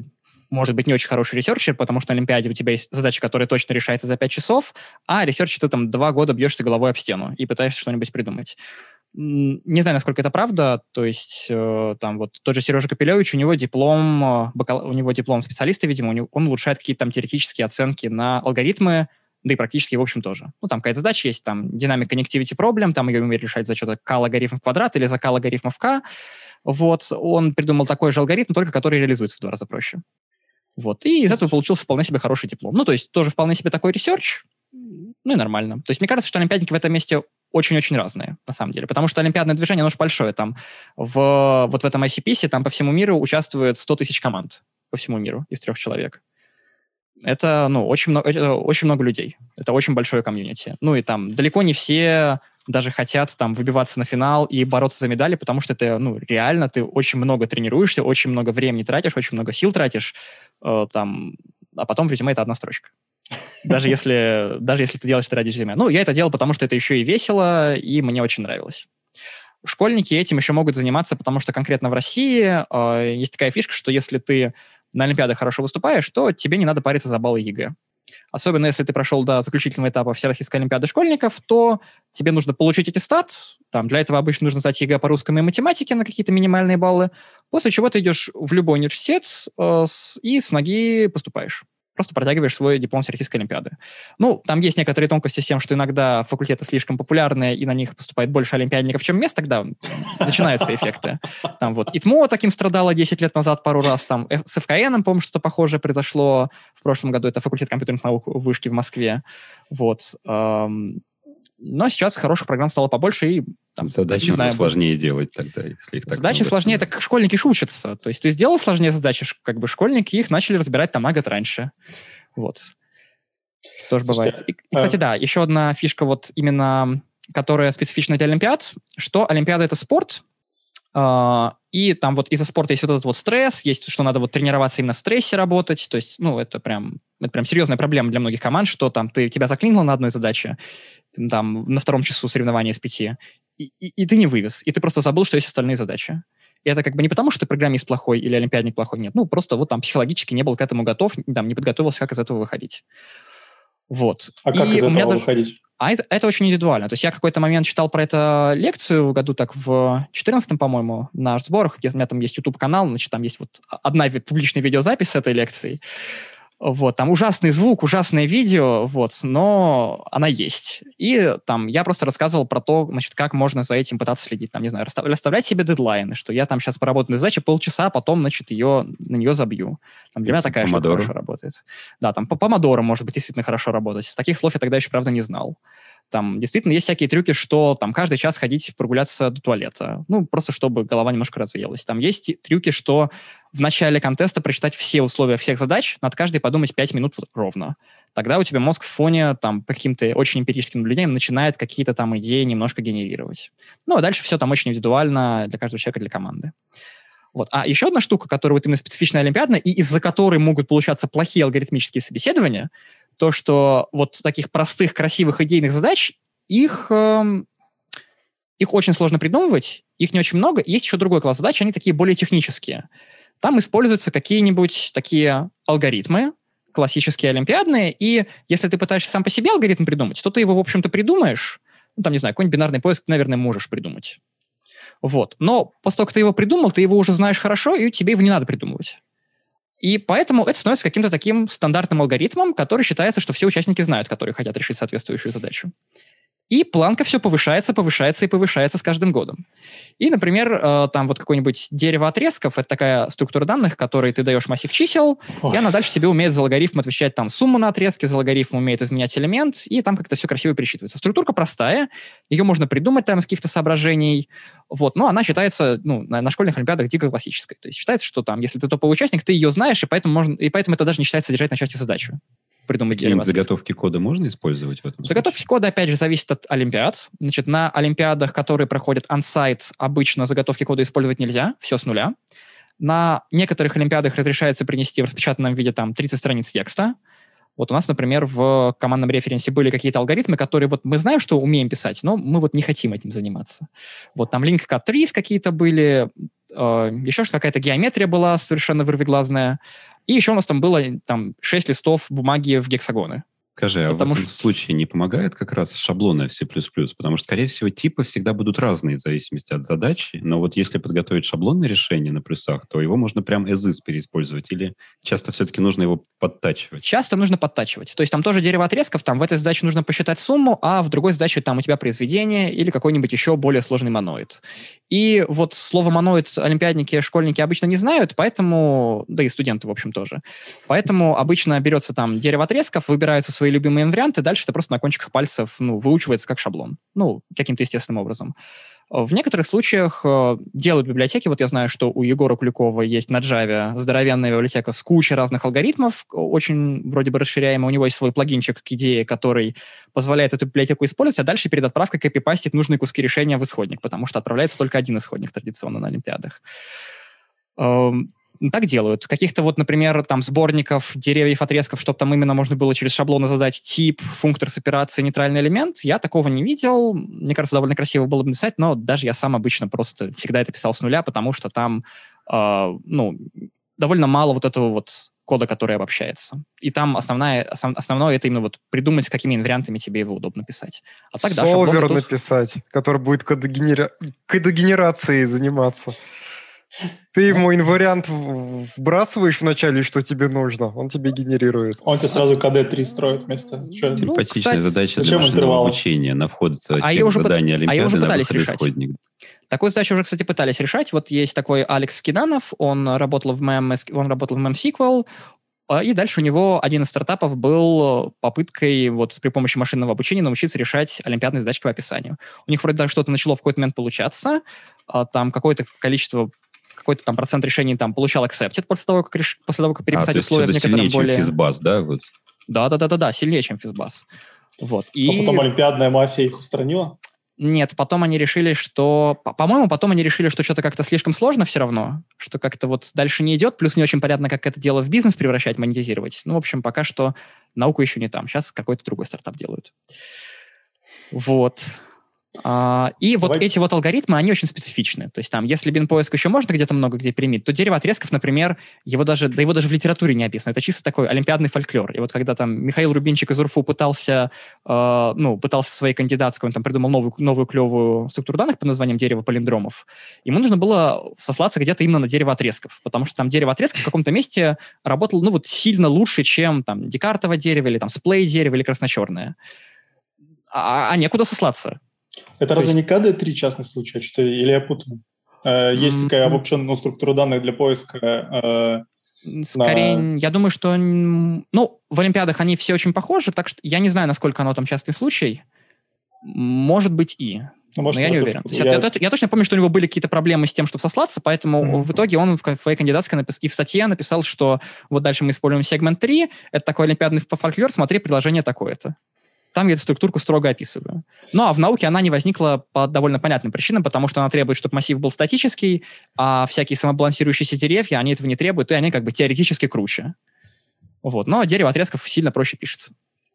Speaker 2: может быть, не очень хороший ресерчер, потому что на Олимпиаде у тебя есть задача, которая точно решается за 5 часов, а ресерчер ты там 2 года бьешься головой об стену и пытаешься что-нибудь придумать. Не знаю, насколько это правда, то есть там вот тот же Сережа Капелевич, у него диплом специалиста, видимо, он улучшает какие-то там теоретические оценки на алгоритмы, да и практически, в общем, тоже. Ну, там какая-то задача есть, там Dynamic Connectivity Problem, там ее умеет решать за счет k логарифмов в квадрат или за k логарифмов k. Вот, он придумал такой же алгоритм, только который реализуется в 2 раза проще. Вот, и из этого получился вполне себе хороший диплом. Ну, то есть тоже вполне себе такой ресерч, ну и нормально. То есть мне кажется, что олимпиадники в этом месте очень-очень разные, на самом деле. Потому что олимпиадное движение, оно же большое. Там вот в этом ICPC там по всему миру участвует 100 тысяч команд по всему миру из 3 человек. Это, очень много людей. Это очень большое комьюнити. Ну и там далеко не все даже хотят там выбиваться на финал и бороться за медали, потому что это, реально ты очень много тренируешься, очень много времени тратишь, очень много сил тратишь, а потом в резюме это 1 строчка. Даже если ты делаешь это ради резюме. Я это делал, потому что это еще и весело, и мне очень нравилось. Школьники этим еще могут заниматься, потому что конкретно в России есть такая фишка, что если ты на Олимпиадах хорошо выступаешь, то тебе не надо париться за баллы ЕГЭ. Особенно если ты прошел до заключительного этапа Всероссийской Олимпиады школьников, то тебе нужно получить аттестат. Для этого обычно нужно сдать ЕГЭ по русскому и математике на какие-то минимальные баллы, после чего ты идешь в любой университет и с ноги поступаешь. Просто протягиваешь свой диплом Всероссийской Олимпиады. Там есть некоторые тонкости с тем, что иногда факультеты слишком популярные, и на них поступает больше олимпиадников, чем мест, тогда начинаются эффекты. Там вот ИТМО таким страдало 10 лет назад пару раз, там с ФКН, по-моему, что-то похожее произошло в прошлом году, это факультет компьютерных наук вышки в Москве. Вот. Но сейчас хороших программ стало побольше, и
Speaker 4: задачи сложнее делать тогда, если их так
Speaker 2: задачи сложнее, так школьники ж учатся. То есть ты сделал сложнее задачи, школьники их начали разбирать на год раньше. Вот. Тоже бывает. И, кстати, да, еще одна фишка вот именно, которая специфична для Олимпиад, что Олимпиада — это спорт, и там вот из-за спорта есть вот этот вот стресс, есть, что надо вот тренироваться именно в стрессе работать, то есть, это прям серьезная проблема для многих команд, что там тебя заклинило на одной задаче, там на 2 часу соревнования из 5, и ты не вывез, и ты просто забыл, что есть остальные задачи. И это не потому, что ты программист плохой или олимпиадник плохой, нет, просто вот там психологически не был к этому готов, не подготовился, как из этого выходить. Вот.
Speaker 1: А как из этого выходить?
Speaker 2: Это очень индивидуально. То есть я какой-то момент читал про это лекцию году так в 2014, по-моему, на Арт-сборах, где у меня там есть YouTube-канал, значит, там есть вот одна публичная видеозапись с этой лекции. Вот, там ужасный звук, ужасное видео, вот, но она есть. И там я просто рассказывал про то, значит, как можно за этим пытаться следить. Там, не знаю, расставлять себе дедлайны, что я там сейчас поработаю на задаче полчаса, а потом, значит, на нее забью. Там для меня такая штука хорошо работает. Да, там по помодоро, может быть, действительно хорошо работать. Таких слов я тогда еще, правда, не знал. Там действительно есть всякие трюки, что там каждый час ходить прогуляться до туалета. Просто чтобы голова немножко развеялась. Там есть трюки, что в начале контеста прочитать все условия всех задач, над каждой подумать 5 минут ровно. Тогда у тебя мозг в фоне там по каким-то очень эмпирическим наблюдениям начинает какие-то там идеи немножко генерировать. А дальше все там очень индивидуально для каждого человека, для команды. Вот. А еще одна штука, которая вот именно специфичная олимпиадная, и из-за которой могут получаться плохие алгоритмические собеседования, то, что вот таких простых, красивых, идейных задач, их очень сложно придумывать, их не очень много. Есть еще другой класс задач, они такие более технические. Там используются какие-нибудь такие алгоритмы, классические олимпиадные, и если ты пытаешься сам по себе алгоритм придумать, то ты его, в общем-то, придумаешь. Там, не знаю, какой-нибудь бинарный поиск, наверное, можешь придумать. Вот. Но поскольку ты его придумал, ты его уже знаешь хорошо, и тебе его не надо придумывать. И поэтому это становится каким-то таким стандартным алгоритмом, который считается, что все участники знают, которые хотят решить соответствующую задачу. И планка все повышается, повышается и повышается с каждым годом. И, например, там вот какое-нибудь дерево отрезков, это такая структура данных, которой ты даешь массив чисел, и она дальше себе умеет за логарифм отвечать там сумму на отрезке, за логарифм умеет изменять элемент, и там как-то все красиво пересчитывается. Структурка простая, ее можно придумать там из каких-то соображений, вот, но она считается, на школьных олимпиадах дико классической. То есть считается, что там, если ты топовый участник, ты ее знаешь, и поэтому это даже не считается содержать на части задачу. Придумать
Speaker 4: какие-нибудь заготовки кода можно использовать в этом случае?
Speaker 2: Заготовки кода, опять же, зависят от олимпиад. Значит, на олимпиадах, которые проходят on-site, обычно заготовки кода использовать нельзя, все с нуля. На некоторых олимпиадах разрешается принести в распечатанном виде там 30 страниц текста. Вот у нас, например, в командном референсе были какие-то алгоритмы, которые вот мы знаем, что умеем писать, но мы вот не хотим этим заниматься. Вот там link-cut trees какие-то были, еще какая-то геометрия была совершенно вырвиглазная. И еще у нас там было там 6 листов бумаги в гексагоны.
Speaker 4: Скажи, а в этом случае не помогает как раз шаблоны в C++? Потому что, скорее всего, типы всегда будут разные в зависимости от задачи, но вот если подготовить шаблонное решение на плюсах, то его можно прям as is переиспользовать, или часто все-таки нужно его подтачивать?
Speaker 2: Часто нужно подтачивать. То есть там тоже дерево отрезков, там в этой задаче нужно посчитать сумму, а в другой задаче там у тебя произведение или какой-нибудь еще более сложный моноид. И вот слово моноид олимпиадники, школьники обычно не знают, поэтому, да и студенты, в общем, тоже. Поэтому обычно берется там дерево отрезков, выбираются свои любимые варианты, дальше это просто на кончиках пальцев выучивается как шаблон. Каким-то естественным образом. В некоторых случаях делают библиотеки. Вот я знаю, что у Егора Куликова есть на Java здоровенная библиотека с кучей разных алгоритмов, очень вроде бы расширяемая. У него есть свой плагинчик к идее, который позволяет эту библиотеку использовать, а дальше перед отправкой копипастит нужные куски решения в исходник, потому что отправляется только один исходник традиционно на Олимпиадах. Так делают. Каких-то вот, например, там сборников деревьев, отрезков, чтобы там именно можно было через шаблоны задать тип, функтор с операцией, нейтральный элемент, я такого не видел. Мне кажется, довольно красиво было бы написать, но даже я сам обычно просто всегда это писал с нуля, потому что там, довольно мало вот этого вот кода, который обобщается. И там основное это именно вот придумать, с какими инвариантами тебе его удобно писать. А так,
Speaker 3: Солвер написать, который будет кодогенерацией заниматься. Ты ему инвариант вбрасываешь вначале, что тебе нужно, он тебе генерирует.
Speaker 1: Он тебе сразу КД-3 строит вместо...
Speaker 4: Симпатичная задача для машинного обучения на вход тех заданий Олимпиады на выход исходник.
Speaker 2: Такую задачу уже, кстати, пытались решать. Вот есть такой Алекс Скиданов, он работал в MemSQL, и дальше у него один из стартапов был попыткой вот при помощи машинного обучения научиться решать олимпиадные задачки по описанию. У них вроде даже что-то начало в какой-то момент получаться, там какое-то там процент решений там получал accepted после того, как переписать условия в некотором более...
Speaker 4: сильнее, чем физбас, да? Вот.
Speaker 2: Да, сильнее, чем физбас. Вот.
Speaker 1: А потом олимпиадная мафия их устранила?
Speaker 2: Нет, потом они решили, что... По-моему, потом они решили, что что-то как-то слишком сложно все равно, что как-то вот дальше не идет, плюс не очень понятно, как это дело в бизнес превращать, монетизировать. В общем, пока что наука еще не там. Сейчас какой-то другой стартап делают. Вот. Вот эти вот алгоритмы, они очень специфичны. То есть там, если бин-поиск еще можно где-то много где применить, то дерево отрезков, например, его даже в литературе не описано. Это чисто такой олимпиадный фольклор. И вот когда там Михаил Рубинчик из УРФУ пытался в своей кандидатской, он там придумал новую клевую структуру данных под названием дерево палиндромов, ему нужно было сослаться где-то именно на дерево отрезков, потому что там дерево отрезков в каком-то месте работало сильно лучше, чем там Декартово дерево или там Сплей дерево или красно-черное. А некуда сослаться.
Speaker 1: Это разве не КД-3 частный случай? Или я путаю? Есть такая обобщенная структура данных для поиска.
Speaker 2: Скорее, я думаю, что... в Олимпиадах они все очень похожи, так что я не знаю, насколько оно там частый случай. Может быть и. Но я не уверен. Я точно помню, что у него были какие-то проблемы с тем, чтобы сослаться, поэтому в итоге он в своей кандидатской и в статье написал, что вот дальше мы используем сегмент 3, это такой олимпиадный фольклор, смотри, приложение такое-то. Там я эту структурку строго описываю. А в науке она не возникла по довольно понятным причинам, потому что она требует, чтобы массив был статический, а всякие самобалансирующиеся деревья, они этого не требуют, и они как бы теоретически круче. Вот. Но дерево отрезков сильно проще пишется.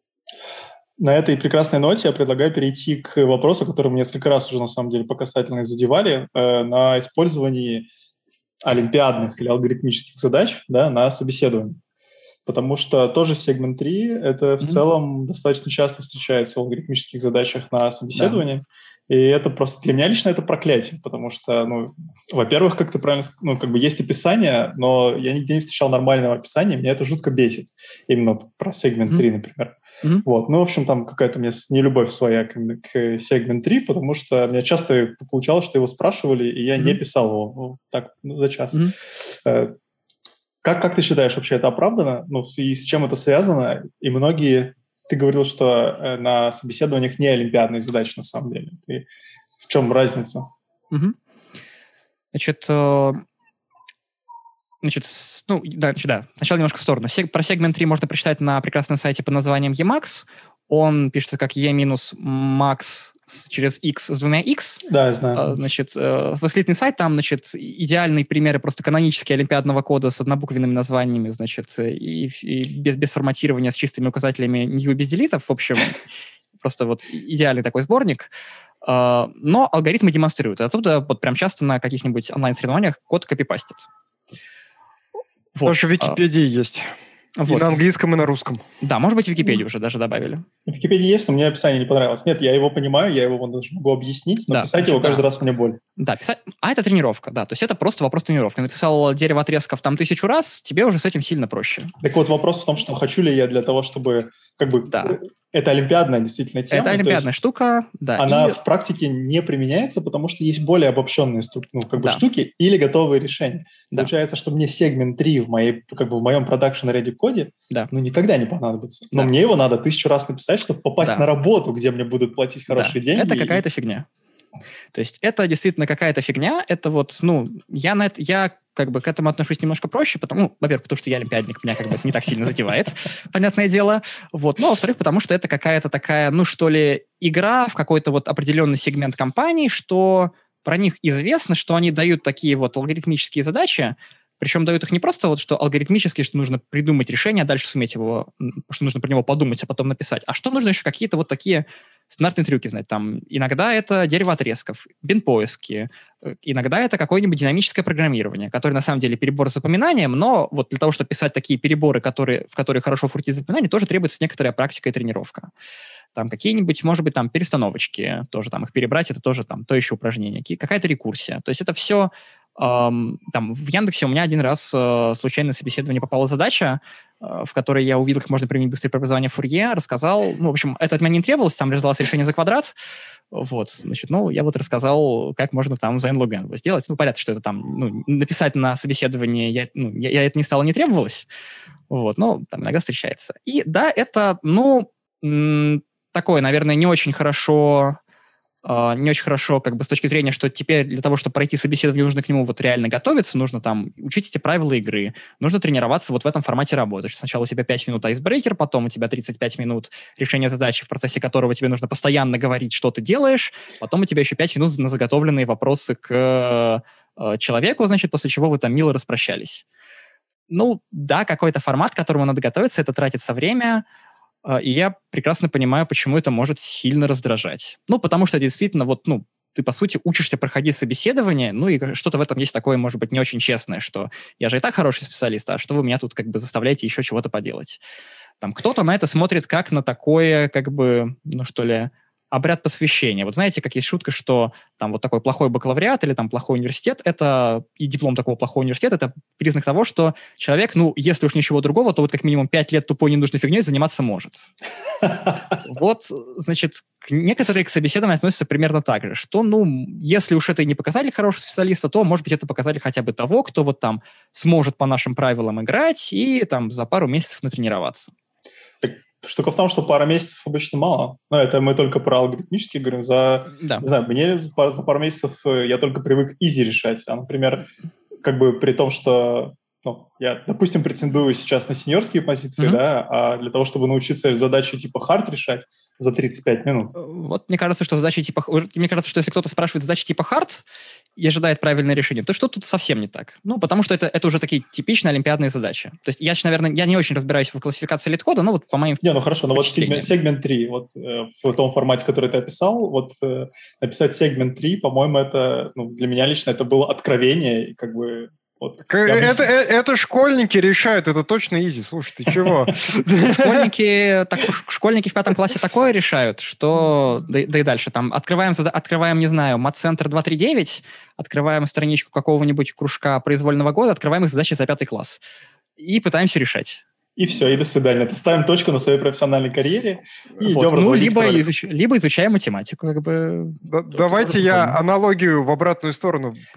Speaker 1: На этой прекрасной ноте я предлагаю перейти к вопросу, который мы несколько раз уже, на самом деле, по касательной задевали, на использовании олимпиадных или алгоритмических задач на собеседовании. Потому что тоже сегмент 3 это в целом достаточно часто встречается в алгоритмических задачах на собеседовании. Да. И это просто для меня лично это проклятие, потому что, во-первых, как ты правильно сказал, есть описание, но я нигде не встречал нормального описания, меня это жутко бесит. Именно про сегмент 3, например. Вот. В общем, там какая-то у меня нелюбовь своя к сегмент 3, потому что мне часто получалось, что его спрашивали, и я не писал его так за час. Как ты считаешь, вообще это оправдано? И с чем это связано? И многие... Ты говорил, что на собеседованиях не олимпиадные задачи на самом деле. И в чем разница? Сначала немножко в сторону. Про сегмент 3 можно прочитать на прекрасном сайте под названием Emacs. Он пишется как E-max через X с двумя X. Да, я знаю.
Speaker 2: Восхитительный сайт, там, идеальные примеры просто канонические олимпиадного кода с однобуквенными названиями, и без форматирования, с чистыми указателями new и без делитов. В общем, просто вот идеальный такой сборник. Но алгоритмы демонстрируют. Оттуда вот прям часто на каких-нибудь онлайн-соревнованиях код копипастит. Вот.
Speaker 3: Даже в Википедии есть.
Speaker 2: Вот.
Speaker 3: И на английском, и на русском.
Speaker 2: Да, может быть, в Википедию уже даже добавили.
Speaker 1: В Википедии есть, но мне описание не понравилось. Нет, я его понимаю, я его даже могу объяснить, но
Speaker 2: Да,
Speaker 1: писать его каждый раз мне боль.
Speaker 2: Да, писать... А это тренировка, да. То есть это просто вопрос тренировки. Написал дерево отрезков там 1000 раз, тебе уже с этим сильно проще.
Speaker 1: Так вот, вопрос в том, что хочу ли я для того, чтобы... Как бы,
Speaker 2: да.
Speaker 1: Это олимпиадная действительно тема.
Speaker 2: Это олимпиадная штука, да.
Speaker 1: Она в практике не применяется, потому что есть более обобщенные штуки или готовые решения.
Speaker 2: Да.
Speaker 1: Получается, что мне сегмент 3 в моем продакшн-реди коде никогда не понадобится. Но мне его надо 1000 раз написать, чтобы попасть на работу, где мне будут платить хорошие деньги.
Speaker 2: Это какая-то фигня. То есть это действительно какая-то фигня. Это вот, я как бы к этому отношусь немножко проще, во-первых, потому что я олимпиадник, меня как бы это не так сильно задевает, понятное дело. Вот. Но, во-вторых, потому что это какая-то такая, игра в какой-то вот определенный сегмент компаний, что про них известно, что они дают такие вот алгоритмические задачи, причем дают их не просто вот, что алгоритмически, что нужно придумать решение, а дальше суметь его, что нужно про него подумать, а потом написать, а что нужно еще какие-то вот такие стандартные трюки знать. Там иногда это дерево отрезков, бин-поиски, иногда это какое-нибудь динамическое программирование, которое на самом деле перебор с запоминанием, но вот для того, чтобы писать такие переборы, в которые хорошо фуртит запоминание, тоже требуется некоторая практика и тренировка. Там какие-нибудь, может быть, там перестановочки, тоже там их перебрать, это тоже там то еще упражнение, какая-то рекурсия. То есть это все... там в Яндексе у меня один раз случайно на собеседование попала задача, в которой я увидел, как можно применить быстрое преобразование Фурье, рассказал, в общем, это от меня не требовалось, там раздалось решение за квадрат, вот, значит, я вот рассказал, как можно там за n-log n сделать, понятно, что это там, написать на собеседовании я это не стало, не требовалось, вот, но там иногда встречается. И да, это, такое, наверное, не очень хорошо как бы с точки зрения, что теперь для того, чтобы пройти собеседование, нужно к нему вот реально готовиться, нужно там учить эти правила игры, нужно тренироваться вот в этом формате работы, что сначала у тебя 5 минут айсбрейкер, потом у тебя 35 минут решения задачи, в процессе которого тебе нужно постоянно говорить, что ты делаешь, потом у тебя еще 5 минут на заготовленные вопросы к человеку, значит, после чего вы там мило распрощались. Да, какой-то формат, к которому надо готовиться, это тратится время, и я прекрасно понимаю, почему это может сильно раздражать. Потому что действительно, ты, по сути, учишься проходить собеседование, и что-то в этом есть такое, может быть, не очень честное, что я же и так хороший специалист, а что вы меня тут как бы заставляете еще чего-то поделать. Там кто-то на это смотрит как на такое, как бы, обряд посвящения. Вот знаете, как есть шутка, что там вот такой плохой бакалавриат или там плохой университет, и диплом такого плохого университета, это признак того, что человек, если уж ничего другого, то вот как минимум 5 лет тупой ненужной фигней заниматься может. Вот, значит, некоторые к собеседованию относятся примерно так же, что, если уж это и не показатель хорошего специалиста, то, может быть, это показатель хотя бы того, кто вот там сможет по нашим правилам играть и там за пару месяцев натренироваться.
Speaker 1: Штука в том, что пара месяцев обычно мало. Это мы только про алгоритмические говорим. Не знаю, мне за пару месяцев я только привык изи решать. А, например, как бы при том, что я, допустим, претендую сейчас на сеньорские позиции, а для того, чтобы научиться задачи типа hard решать за 35 минут.
Speaker 2: Вот мне кажется, что если кто-то спрашивает задачи типа hard и ожидает правильное решение, то что тут совсем не так? Потому что это уже такие типичные олимпиадные задачи. То есть я, наверное, не очень разбираюсь в классификации лид-кода, но вот по моим
Speaker 1: хорошо, но вот сегмент 3, вот в том формате, который ты описал, вот написать сегмент 3, по-моему, это, для меня лично это было откровение, и как бы
Speaker 3: это школьники решают, это точно изи. Слушай, ты чего?
Speaker 2: Школьники в 5 классе такое решают, что... Да и дальше. Там открываем, не знаю, матцентр 239, открываем страничку какого-нибудь кружка произвольного года, открываем их задачи за 5 класс. И пытаемся решать.
Speaker 1: И все, и до свидания. Ставим точку на своей профессиональной карьере и идем разводить
Speaker 2: либо изучаем математику. Как бы.
Speaker 3: Давайте я аналогию в обратную сторону.
Speaker 1: У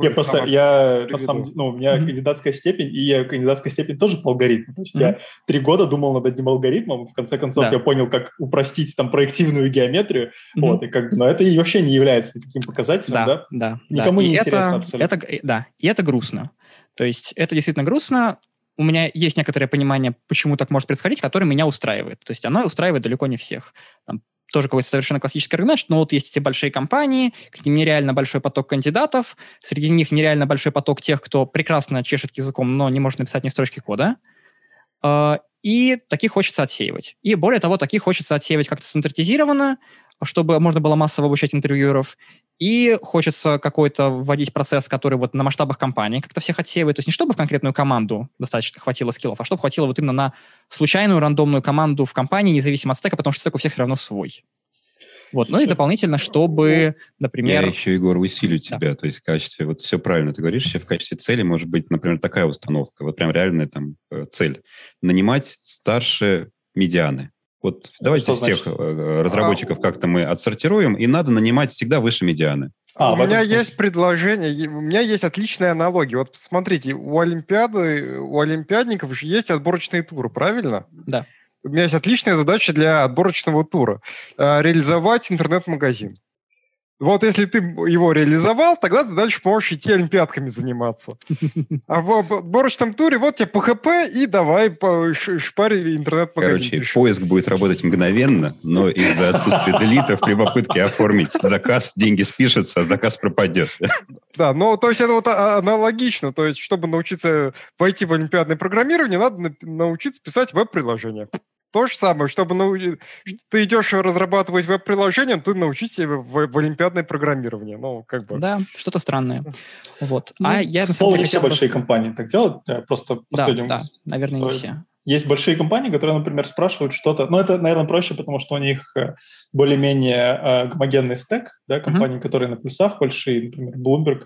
Speaker 1: меня кандидатская степень, и я кандидатская степень тоже по алгоритму. То есть я 3 года думал над одним алгоритмом, в конце концов я понял, как упростить там проективную геометрию, и как бы, но это и вообще не является таким показателем,
Speaker 2: да?
Speaker 1: Никому не интересно абсолютно.
Speaker 2: И это грустно. То есть это действительно грустно. У меня есть некоторое понимание, почему так может происходить, которое меня устраивает. То есть оно устраивает далеко не всех. Там тоже какой-то совершенно классический аргумент, что вот есть эти большие компании, к ним нереально большой поток кандидатов, среди них нереально большой поток тех, кто прекрасно чешет языком, но не может написать ни строчки кода. И таких хочется отсеивать. И более того, таких хочется отсеивать как-то стандартизированно, чтобы можно было массово обучать интервьюеров, и хочется какой-то вводить процесс, который вот на масштабах компании как-то всех отсеивает. То есть не чтобы в конкретную команду достаточно хватило скиллов, а чтобы хватило вот именно на случайную рандомную команду в компании, независимо от стека, потому что стек у всех все равно свой. Вот. Ну и дополнительно, чтобы, например...
Speaker 4: Я еще, Егор, усилю тебя. То есть в качестве, вот все правильно ты говоришь, еще в качестве цели может быть, например, такая установка, вот прям реальная там цель. Нанимать старше медианы. Вот давайте всех разработчиков как-то мы отсортируем, и надо нанимать всегда выше медианы.
Speaker 3: У меня есть предложение, у меня есть отличная аналогия. Вот посмотрите, у олимпиадников же есть отборочные туры, правильно?
Speaker 2: Да.
Speaker 3: У меня есть отличная задача для отборочного тура. Реализовать интернет-магазин. Вот если ты его реализовал, тогда ты дальше можешь идти олимпиадками заниматься. А в отборочном туре вот тебе PHP и давай шпарь интернет-магазин.
Speaker 4: Короче, поиск будет работать мгновенно, но из-за отсутствия делитов при попытке оформить заказ деньги спишутся, а заказ пропадет.
Speaker 3: Да, ну то есть это вот аналогично. То есть чтобы научиться войти в олимпиадное программирование, надо научиться писать веб-приложение. То же самое, чтобы ты идешь разрабатывать веб-приложение, ты научишься в олимпиадное программирование. Ну, как бы...
Speaker 2: Да, что-то странное. Вот.
Speaker 1: Ну, я, к слову, не все большие компании так делают. Просто последним...
Speaker 2: Да, наверное, не все.
Speaker 1: Есть большие компании, которые, например, спрашивают что-то... Ну, это, наверное, проще, потому что у них более-менее гомогенный стек, да, компании, которые на плюсах большие, например, Bloomberg,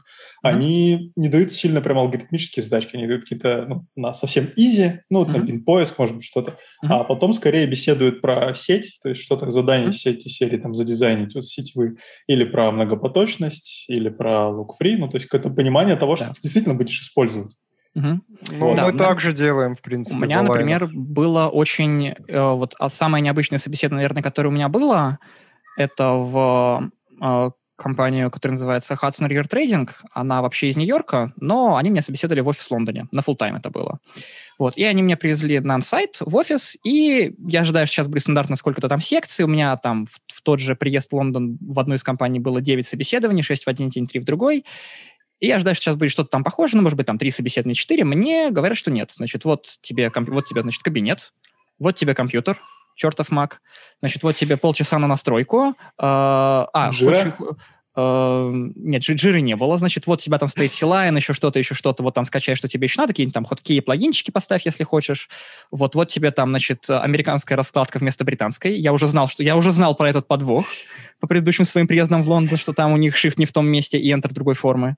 Speaker 1: они не дают сильно прям алгоритмические задачки, они дают какие-то на совсем easy, на пин-поиск, может быть, что-то, а потом скорее беседуют про сеть, то есть что-то задание сети серии там задизайнить вот, сетевые, или про многопоточность, или про look-free, то есть какое-то понимание того, что ты действительно будешь использовать.
Speaker 3: Ну, мы так же делаем, в принципе.
Speaker 2: У меня, например, было очень... самое необычное собеседование, наверное, которое у меня было, это в компанию, которая называется Hudson River Trading. Она вообще из Нью-Йорка, но они меня собеседовали в офис в Лондоне. На фулл-тайм это было. Вот. И они меня привезли на онсайт в офис, и я ожидаю, что сейчас будет стандартно сколько-то там секций. У меня там в тот же приезд в Лондон в одной из компаний было 9 собеседований, 6 в один день, 3 в другой. И я ожидаю, что сейчас будет что-то там похоже, может быть, там 3 собеседования, 4. Мне говорят, что нет. Значит, вот тебе, значит, кабинет, вот тебе компьютер, чертов Mac, значит, вот тебе полчаса на настройку. Нет, жиры не было. Значит, вот у тебя там стоит C-Line, еще что-то, вот там скачай, что тебе еще надо, какие-нибудь там хоткей, плагинчики поставь, если хочешь. Вот тебе там, значит, американская раскладка вместо британской. Я уже знал про этот подвох по предыдущим своим приездам в Лондон, что там у них shift не в том месте и enter другой формы.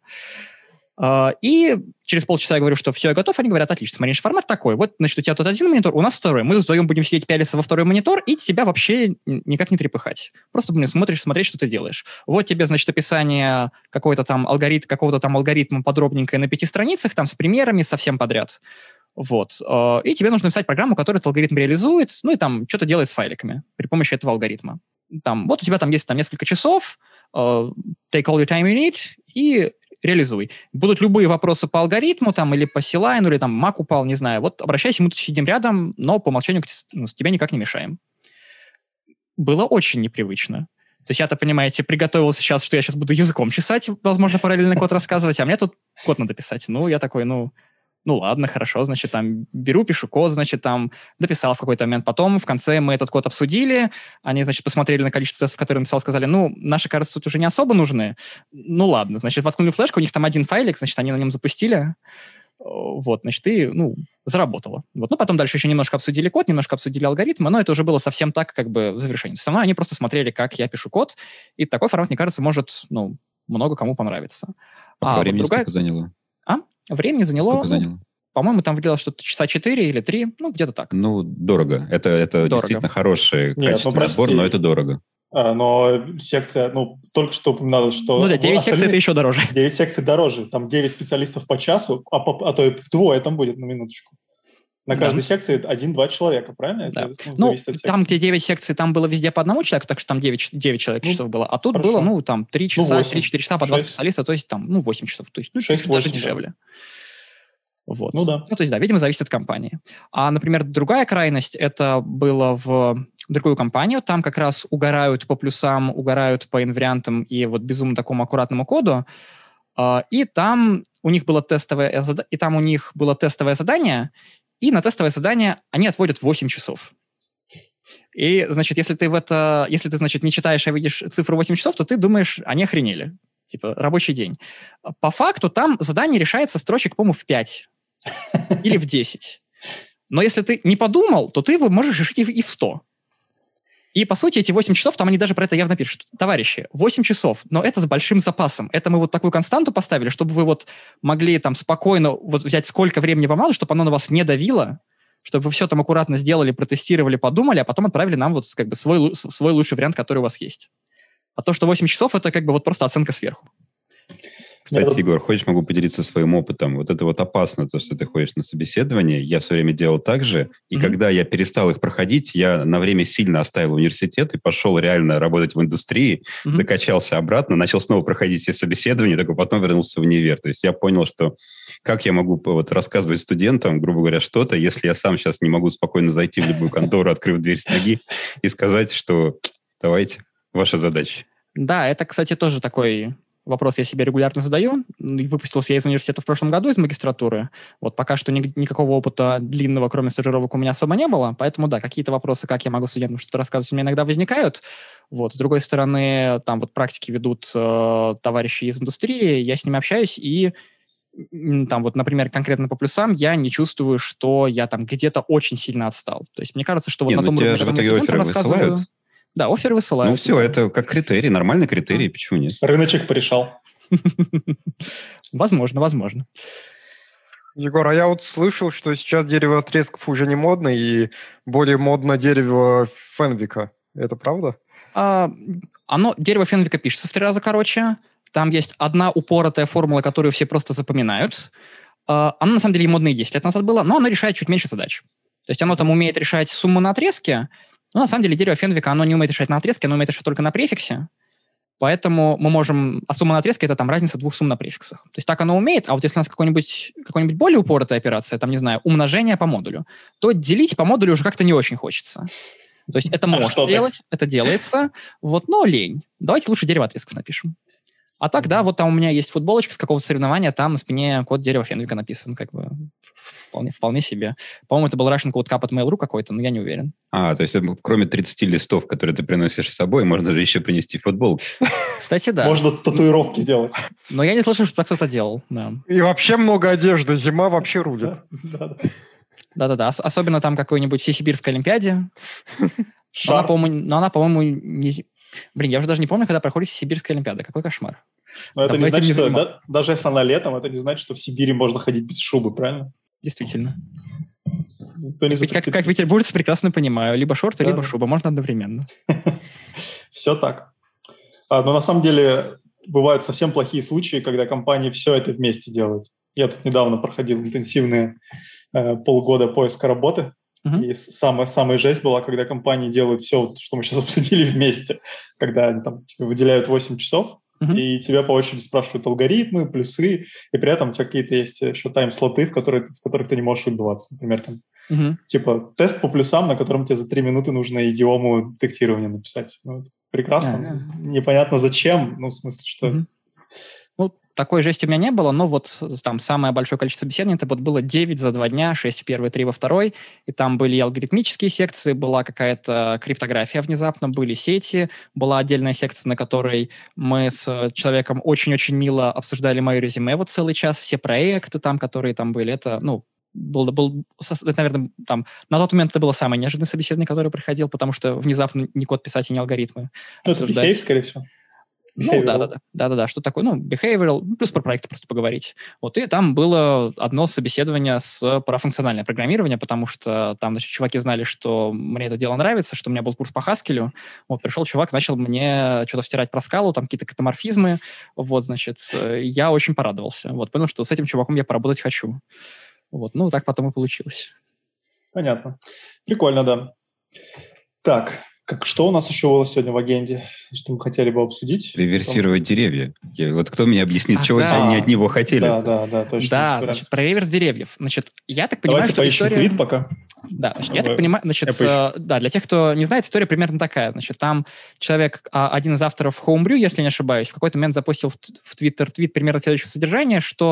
Speaker 2: И через полчаса я говорю, что все, я готов. Они говорят, отлично, смотри, формат такой. Вот, значит, у тебя тут один монитор, у нас второй. Мы вдвоем будем сидеть пялиться во второй монитор, и тебя вообще никак не трепыхать. Просто будем смотреть, что ты делаешь. Вот тебе, значит, описание какого-то там алгоритма подробненькое на 5 страницах, там с примерами совсем подряд. Вот. И тебе нужно написать программу, которая этот алгоритм реализует, и там что-то делает с файликами при помощи этого алгоритма. Вот у тебя там есть несколько часов, take all your time you need, и реализуй. Будут любые вопросы по алгоритму там, или по C-Line, или там Mac упал, не знаю. Вот обращайся, мы тут сидим рядом, но по умолчанию с тебя никак не мешаем. Было очень непривычно. То есть я-то, понимаете, приготовился сейчас, что я сейчас буду языком чесать, возможно, параллельно код рассказывать, а мне тут код надо писать. Я такой, ладно, хорошо, значит, там беру, пишу код, значит, там дописал в какой-то момент. Потом в конце мы этот код обсудили, они, значит, посмотрели на количество тестов, которые написал, сказали, наши, кажется, тут уже не особо нужны. Ладно, значит, воткнули флешку, у них там один файлик, значит, они на нем запустили. Вот, значит, и, заработало. Вот. Потом дальше еще немножко обсудили код, немножко обсудили алгоритмы, но это уже было совсем так, как бы, в завершении. Со мной они просто смотрели, как я пишу код, и такой формат, мне кажется, может, много кому понравиться.
Speaker 4: А времени сколько заняло?
Speaker 2: Времени заняло, по-моему, там выглядело что-то часа 4 или 3, где-то так.
Speaker 4: Дорого. Это дорого. Действительно хороший, качественный отбор, но это дорого.
Speaker 1: Но секция, только что упоминалось, что...
Speaker 2: 9 секций это еще дороже.
Speaker 1: 9 секций дороже. Там 9 специалистов по часу, а то и вдвое там будет, на минуточку. На каждой секции 1-2 человека, правильно?
Speaker 2: Да. Там, где 9 секций, там было везде по одному человеку, так что там 9 человек часов было. А тут хорошо. Было, там 3 часа, 3-4 часа по 2 специалиста, то есть там, 8 часов. То есть, чуть даже дешевле. Да. Вот. То есть, видимо, зависит от компании. А, например, другая крайность, это было в другую компанию, там как раз угорают по плюсам, угорают по инвариантам и вот безумно такому аккуратному коду, и там у них было тестовое задание, и на тестовое задание они отводят 8 часов. И, значит, если ты, значит, не читаешь, а видишь цифру 8 часов, то ты думаешь, они охренели. Типа, рабочий день. По факту там задание решается строчек, по-моему, в 5 или в 10. Но если ты не подумал, то ты его можешь решить и в 100. И, по сути, эти 8 часов, там они даже про это явно пишут. Товарищи, 8 часов, но это с большим запасом. Это мы вот такую константу поставили, чтобы вы вот могли там спокойно вот взять, сколько времени вам надо, чтобы оно на вас не давило, чтобы вы все там аккуратно сделали, протестировали, подумали, а потом отправили нам вот как бы свой лучший вариант, который у вас есть. А то, что 8 часов, это как бы вот просто оценка сверху.
Speaker 4: Кстати, Егор, хочешь, могу поделиться своим опытом? Вот это вот опасно, то, что ты ходишь на собеседование. Я все время делал так же. И когда я перестал их проходить, я на время сильно оставил университет и пошел реально работать в индустрии, докачался обратно, начал снова проходить все собеседования, только потом вернулся в универ. То есть я понял, что как я могу вот рассказывать студентам, грубо говоря, что-то, если я сам сейчас не могу спокойно зайти в любую контору, открыв дверь с ноги, и сказать, что давайте, ваша задача.
Speaker 2: Да, это, кстати, тоже такой... Вопрос я себе регулярно задаю. Выпустился я из университета в прошлом году, из магистратуры. Вот пока что никакого опыта длинного, кроме стажировок, у меня особо не было. Поэтому, да, какие-то вопросы, как я могу студентам что-то рассказывать, у меня иногда возникают. Вот. С другой стороны, там вот практики ведут товарищи из индустрии, я с ними общаюсь, и там вот, например, конкретно по плюсам я не чувствую, что я там где-то очень сильно отстал. То есть мне кажется, что вот на том уровне, когда я студентам рассказываю... Да, офферы высылают.
Speaker 4: Ну все, это как критерий, нормальный критерий, почему нет?
Speaker 1: Рыночек порешал.
Speaker 2: Возможно.
Speaker 3: Егор, а я вот слышал, что сейчас дерево отрезков уже не модно, и более модно дерево Фенвика. Это правда?
Speaker 2: Дерево Фенвика пишется в 3 раза короче. Там есть одна упоротая формула, которую все просто запоминают. Оно, на самом деле, и модное 10 лет назад было, но оно решает чуть меньше задач. То есть оно там умеет решать сумму на отрезке, но на самом деле дерево Фенвика, оно не умеет решать на отрезке, оно умеет решать только на префиксе. Поэтому мы можем... А сумма на отрезке – это там разница 2 сумм на префиксах. То есть так оно умеет, а вот если у нас какой-нибудь более упоротая операция, там, не знаю, умножение по модулю, то делить по модулю уже как-то не очень хочется. То есть это можно делать, это делается, вот, но лень. Давайте лучше дерево отрезков напишем. А так, да, вот там у меня есть футболочка с какого-то соревнования, там на спине код дерева Фенвика написан, как бы вполне себе. По-моему, это был Russian Code Cup от Mail.ru какой-то, но я не уверен.
Speaker 4: То есть кроме 30 листов, которые ты приносишь с собой, можно же еще принести футболку.
Speaker 2: Кстати, да.
Speaker 1: Можно татуировки сделать.
Speaker 2: Но я не слышал, что так кто-то делал. Да.
Speaker 3: И вообще много одежды, зима вообще рулит.
Speaker 2: Да-да-да, особенно там какой-нибудь Всесибирской Олимпиаде. Она, по-моему, не... Блин, я уже даже не помню, когда проходит Сибирская Олимпиада. Какой кошмар.
Speaker 1: Но это не значит, что даже если она летом, это не значит, что в Сибири можно ходить без шубы, правильно?
Speaker 2: Действительно. Как петербуржец прекрасно понимаю. Либо шорты, либо шуба. Можно одновременно.
Speaker 1: Все так. Но на самом деле бывают совсем плохие случаи, когда компании все это вместе делают. Я тут недавно проходил интенсивные полгода поиска работы. И самая жесть была, когда компании делают все, что мы сейчас обсудили вместе, когда они там тебе выделяют 8 часов, и тебя по очереди спрашивают алгоритмы, плюсы, и при этом у тебя какие-то есть еще тайм-слоты, с которых ты не можешь выбиваться. Например, там, типа тест по плюсам, на котором тебе за 3 минуты нужно идиому детектирования написать. Ну, прекрасно. Непонятно зачем, ну, в смысле, что...
Speaker 2: Ну, такой жести у меня не было, но вот там самое большое количество собеседований, это вот было 9 за 2 дня, 6 в первой, 3 во второй, и там были и алгоритмические секции, была какая-то криптография внезапно, были сети, была отдельная секция, на которой мы с человеком очень-очень мило обсуждали мое резюме вот целый час, все проекты там, которые там были, это, ну, это, наверное, там, на тот момент это было самое неожиданное собеседование, которое проходил, потому что внезапно не код писать и не алгоритмы
Speaker 1: обсуждать. Это behavior, скорее всего.
Speaker 2: Ну, да, что такое, behavioral, плюс про проекты просто поговорить. Вот, и там было одно собеседование про функциональное программирование, потому что там, значит, чуваки знали, что мне это дело нравится, что у меня был курс по Haskell. Вот, пришел чувак, начал мне что-то втирать про скалу, там какие-то катаморфизмы. Вот, значит, я очень порадовался. Вот, понял, что с этим чуваком я поработать хочу. Вот, ну, так потом и получилось.
Speaker 1: Понятно. Прикольно, да. Так, что у нас еще было сегодня в агенде, что мы хотели бы обсудить?
Speaker 4: Реверсировать деревья. Вот кто мне объяснит, чего они от него хотели?
Speaker 1: Да, точно.
Speaker 2: Да, значит, про реверс деревьев. Значит, я так понимаю,
Speaker 1: что история... Давайте поищем твит пока.
Speaker 2: Да, значит, я так понимаю, значит, да, для тех, кто не знает, история примерно такая. Значит, там человек, один из авторов Homebrew, если не ошибаюсь, в какой-то момент запустил в Твиттер твит примерно следующего содержания, что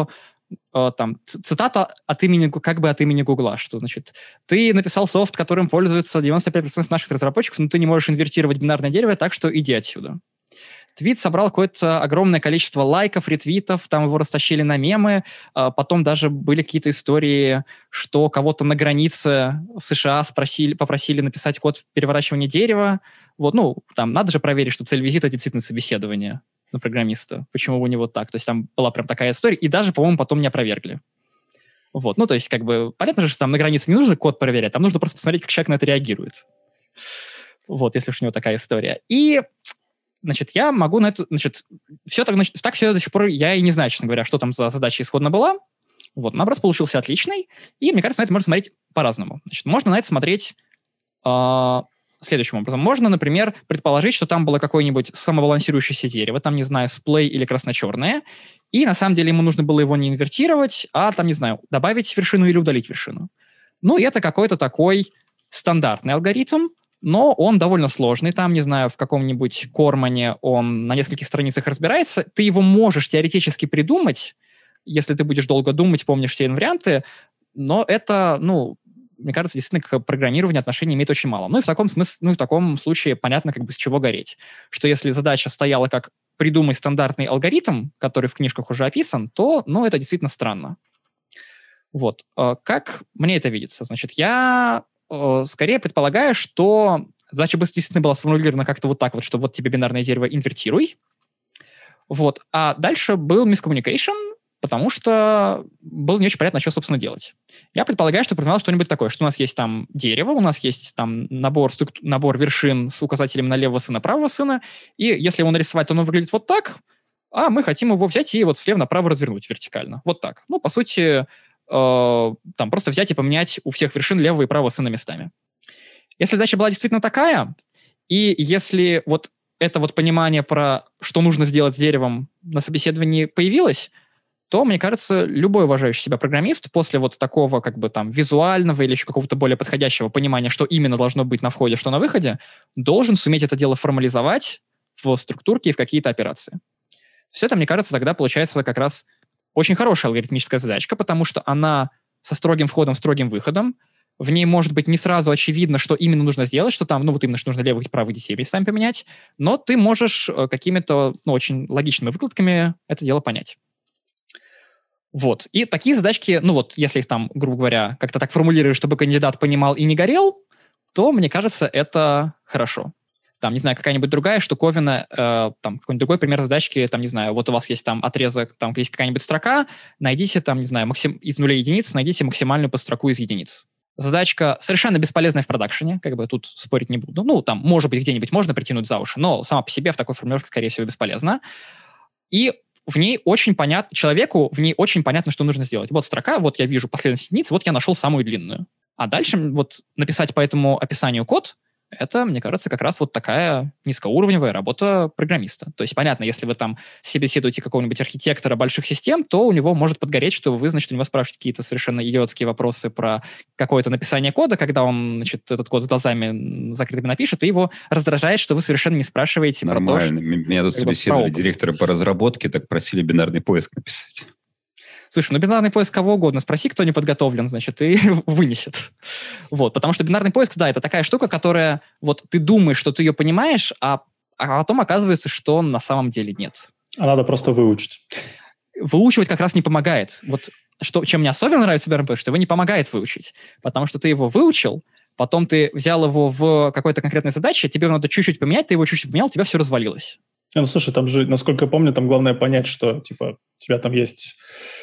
Speaker 2: там, цитата от имени, как бы от имени Гугла, что, значит, ты написал софт, которым пользуются 95% наших разработчиков, но ты не можешь инвертировать бинарное дерево, так что иди отсюда. Твит собрал какое-то огромное количество лайков, ретвитов, там его растащили на мемы, потом даже были какие-то истории, что кого-то на границе в США попросили написать код переворачивания дерева. Вот, ну, там надо же проверить, что цель визита действительно собеседование на программиста. Почему у него так? То есть там была прям такая история, и даже, по-моему, потом не опровергли. Вот, ну, то есть, как бы, понятно же, что там на границе не нужно код проверять, там нужно просто посмотреть, как человек на это реагирует. Вот, если уж у него такая история. И значит, я могу на эту... Значит, все так, значит, так все до сих пор я и не знаю, честно говоря, что там за задача исходно была. Вот, наброс получился отличный, и, мне кажется, на это можно смотреть по-разному. Значит, можно на это смотреть следующим образом. Можно, например, предположить, что там было какое-нибудь самобалансирующееся дерево, там, не знаю, сплей или красно-черное, и на самом деле ему нужно было его не инвертировать, а там, не знаю, добавить вершину или удалить вершину. Ну, и это какой-то такой стандартный алгоритм, но он довольно сложный. Там, не знаю, в каком-нибудь Кормане он на нескольких страницах разбирается. Ты его можешь теоретически придумать, если ты будешь долго думать, помнишь все инварианты, но это, ну, мне кажется, действительно к программированию отношения имеет очень мало. Ну и в таком смысле, ну и в таком случае понятно, как бы с чего гореть. Что если задача стояла как «придумай стандартный алгоритм», который в книжках уже описан, то, ну, это действительно странно. Вот. Как мне это видится? Значит, я скорее предполагаю, что задача бы действительно была сформулирована как-то вот так вот, что вот тебе бинарное дерево инвертируй. Вот. А дальше был miscommunication, потому что было не очень понятно, что, собственно, делать. Я предполагаю, что предполагал что-нибудь такое, что у нас есть там дерево, у нас есть там набор вершин с указателем на левого сына, правого сына, и если его нарисовать, то оно выглядит вот так, а мы хотим его взять и вот слева направо развернуть вертикально. Вот так. Ну, по сути, там просто взять и поменять у всех вершин левого и правого сына местами. Если задача была действительно такая, и если вот это вот понимание про что нужно сделать с деревом на собеседовании появилось, то, мне кажется, любой уважающий себя программист после вот такого как бы там визуального или еще какого-то более подходящего понимания, что именно должно быть на входе, что на выходе, должен суметь это дело формализовать в структурке и в какие-то операции. Все это, мне кажется, тогда получается как раз очень хорошая алгоритмическая задачка, потому что она со строгим входом, строгим выходом. В ней может быть не сразу очевидно, что именно нужно сделать, что там, ну вот именно, что нужно левых и правых детей местами поменять, но ты можешь какими-то, ну, очень логичными выкладками это дело понять. Вот. И такие задачки, ну вот, если их там, грубо говоря, как-то так формулируешь, чтобы кандидат понимал и не горел, то, мне кажется, это хорошо. Там, не знаю, какая-нибудь другая штуковина, там, какой-нибудь другой пример задачки, там, не знаю, вот у вас есть там отрезок, там есть какая-нибудь строка, найдите там, не знаю, из нуля единиц, найдите максимальную подстроку из единиц. Задачка совершенно бесполезная в продакшене, как бы тут спорить не буду. Ну, там, может быть, где-нибудь можно притянуть за уши, но сама по себе в такой формулировке, скорее всего, бесполезна. И в ней очень понятно, человеку в ней очень понятно, что нужно сделать. Вот строка, вот я вижу последовательность единиц, вот я нашел самую длинную. А дальше вот написать по этому описанию код, это, мне кажется, как раз вот такая низкоуровневая работа программиста. То есть, понятно, если вы там собеседуете какого-нибудь архитектора больших систем, то у него может подгореть, что вы, значит, у него спрашиваете какие-то совершенно идиотские вопросы про какое-то написание кода, когда он, значит, этот код с глазами закрытыми напишет, и его раздражает, что вы совершенно не спрашиваете
Speaker 4: нормально.
Speaker 2: Про то, что...
Speaker 4: Меня тут собеседовали директоры по разработке, так просили бинарный поиск написать.
Speaker 2: Слушай, ну бинарный поиск кого угодно, спроси, кто не подготовлен, значит, и вынесет. Вот, потому что бинарный поиск, да, это такая штука, которая, вот ты думаешь, что ты ее понимаешь, а потом оказывается, что на самом деле нет.
Speaker 1: А надо просто выучить.
Speaker 2: Выучивать как раз не помогает. Вот что, чем мне особенно нравится бинарный поиск, что его не помогает выучить, потому что ты его выучил, потом ты взял его в какой-то конкретной задаче, тебе надо чуть-чуть поменять, ты его чуть-чуть поменял, у тебя все развалилось.
Speaker 1: Ну, слушай, там же, насколько я помню, там главное понять, что, типа, у тебя там есть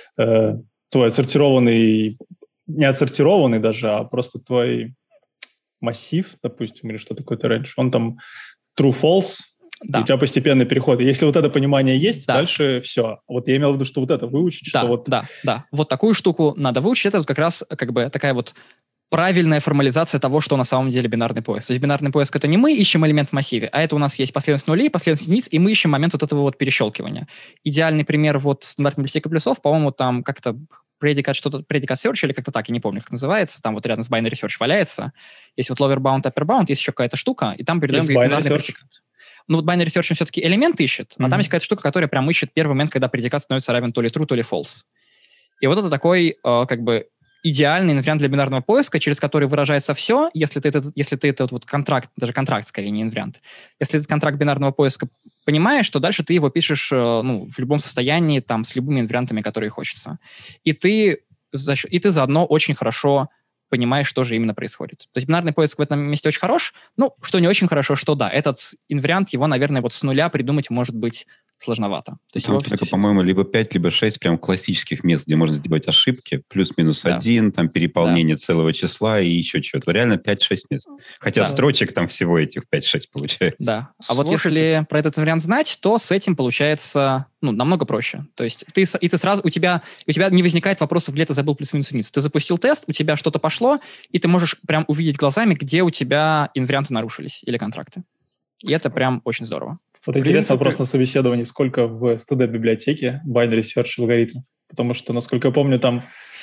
Speaker 1: твой отсортированный, не отсортированный даже, а просто твой массив, допустим, или что такое range, он там true-false, да. У тебя постепенный переход. И если вот это понимание есть, да. Дальше все. Вот я имел в виду, что вот это выучить,
Speaker 2: да,
Speaker 1: что вот...
Speaker 2: Да. Вот такую штуку надо выучить. Это вот как раз как бы такая вот правильная формализация того, что на самом деле бинарный поиск. То есть бинарный поиск — это не мы ищем элемент в массиве, а это у нас есть последовательность нулей, последовательность единиц, и мы ищем момент вот этого вот перещелкивания. Идеальный пример вот стандартной библиотеки плюсов, по-моему, там как-то предикат search или как-то так, я не помню, как называется, там вот рядом с binary search валяется. Есть вот lower bound, upper bound, есть еще какая-то штука, и там передаем бинарный предикат. Ну вот binary search все-таки элемент ищет, а там есть какая-то штука, которая прям ищет первый момент, когда предикат становится равен то ли true, то ли false. И вот это такой, как бы, идеальный инвариант для бинарного поиска, через который выражается все, если ты этот вот контракт, даже контракт скорее, не инвариант, если этот контракт бинарного поиска понимаешь, то дальше ты его пишешь в любом состоянии, там, с любыми инвариантами, которые хочется. И ты заодно очень хорошо понимаешь, что же именно происходит. То есть бинарный поиск в этом месте очень хорош. Ну, что не очень хорошо, что да, этот инвариант, его, наверное, вот с нуля придумать может быть сложновато. То есть
Speaker 4: там только, по-моему, либо 5, либо 6 прям классических мест, где можно сделать ошибки, плюс-минус 1, там переполнение целого числа и еще что-то. Реально 5-6 мест. Хотя строчек там всего этих 5-6 получается.
Speaker 2: Да. А вот если про этот вариант знать, то с этим получается намного проще. То есть ты сразу, у тебя не возникает вопросов, где ты забыл плюс-минус единицу. Ты запустил тест, у тебя что-то пошло, и ты можешь прям увидеть глазами, где у тебя инварианты нарушились или контракты. И это прям очень здорово.
Speaker 1: Вот интересный вопрос на собеседовании. Сколько в std-библиотеке binary search алгоритмов? Потому что, насколько я помню, там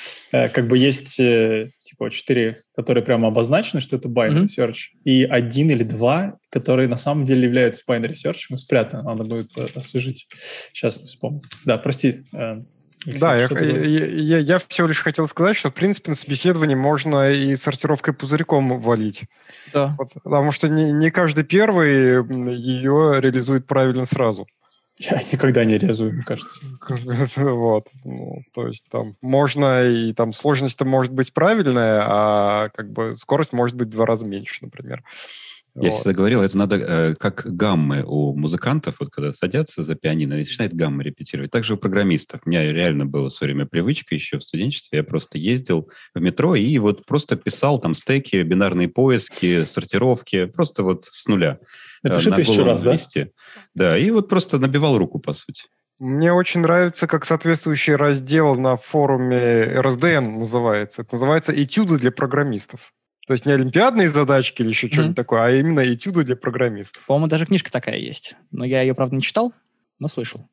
Speaker 1: как бы есть типа 4, которые прямо обозначены, что это binary search, и 1 или 2, которые на самом деле являются binary search, но спрятаны. Надо будет освежить. Сейчас не вспомню. Да, прости.
Speaker 3: Александр, да, я всего лишь хотел сказать, что, в принципе, на собеседовании можно и сортировкой пузырьком валить.
Speaker 2: Да.
Speaker 3: Вот, потому что не каждый первый ее реализует правильно сразу.
Speaker 1: Я никогда не реализую, мне кажется.
Speaker 3: Вот. То есть там можно, и там сложность-то может быть правильная, а как бы скорость может быть в 2 раза меньше, например.
Speaker 4: Я всегда говорил, это надо как гаммы у музыкантов, вот когда садятся за пианино и начинают гаммы репетировать. Также у программистов. У меня реально была все время привычка еще в студенчестве. Я просто ездил в метро и вот просто писал там стеки, бинарные поиски, сортировки, просто вот с нуля.
Speaker 1: Напиши 1000 раз, да?
Speaker 4: Да, и вот просто набивал руку, по сути.
Speaker 3: Мне очень нравится, как соответствующий раздел на форуме RSDN называется. Это называется «Этюды для программистов». То есть не олимпиадные задачки или еще что-нибудь такое, а именно этюды для программистов.
Speaker 2: По-моему, даже книжка такая есть. Но я ее, правда, не читал, но слышал.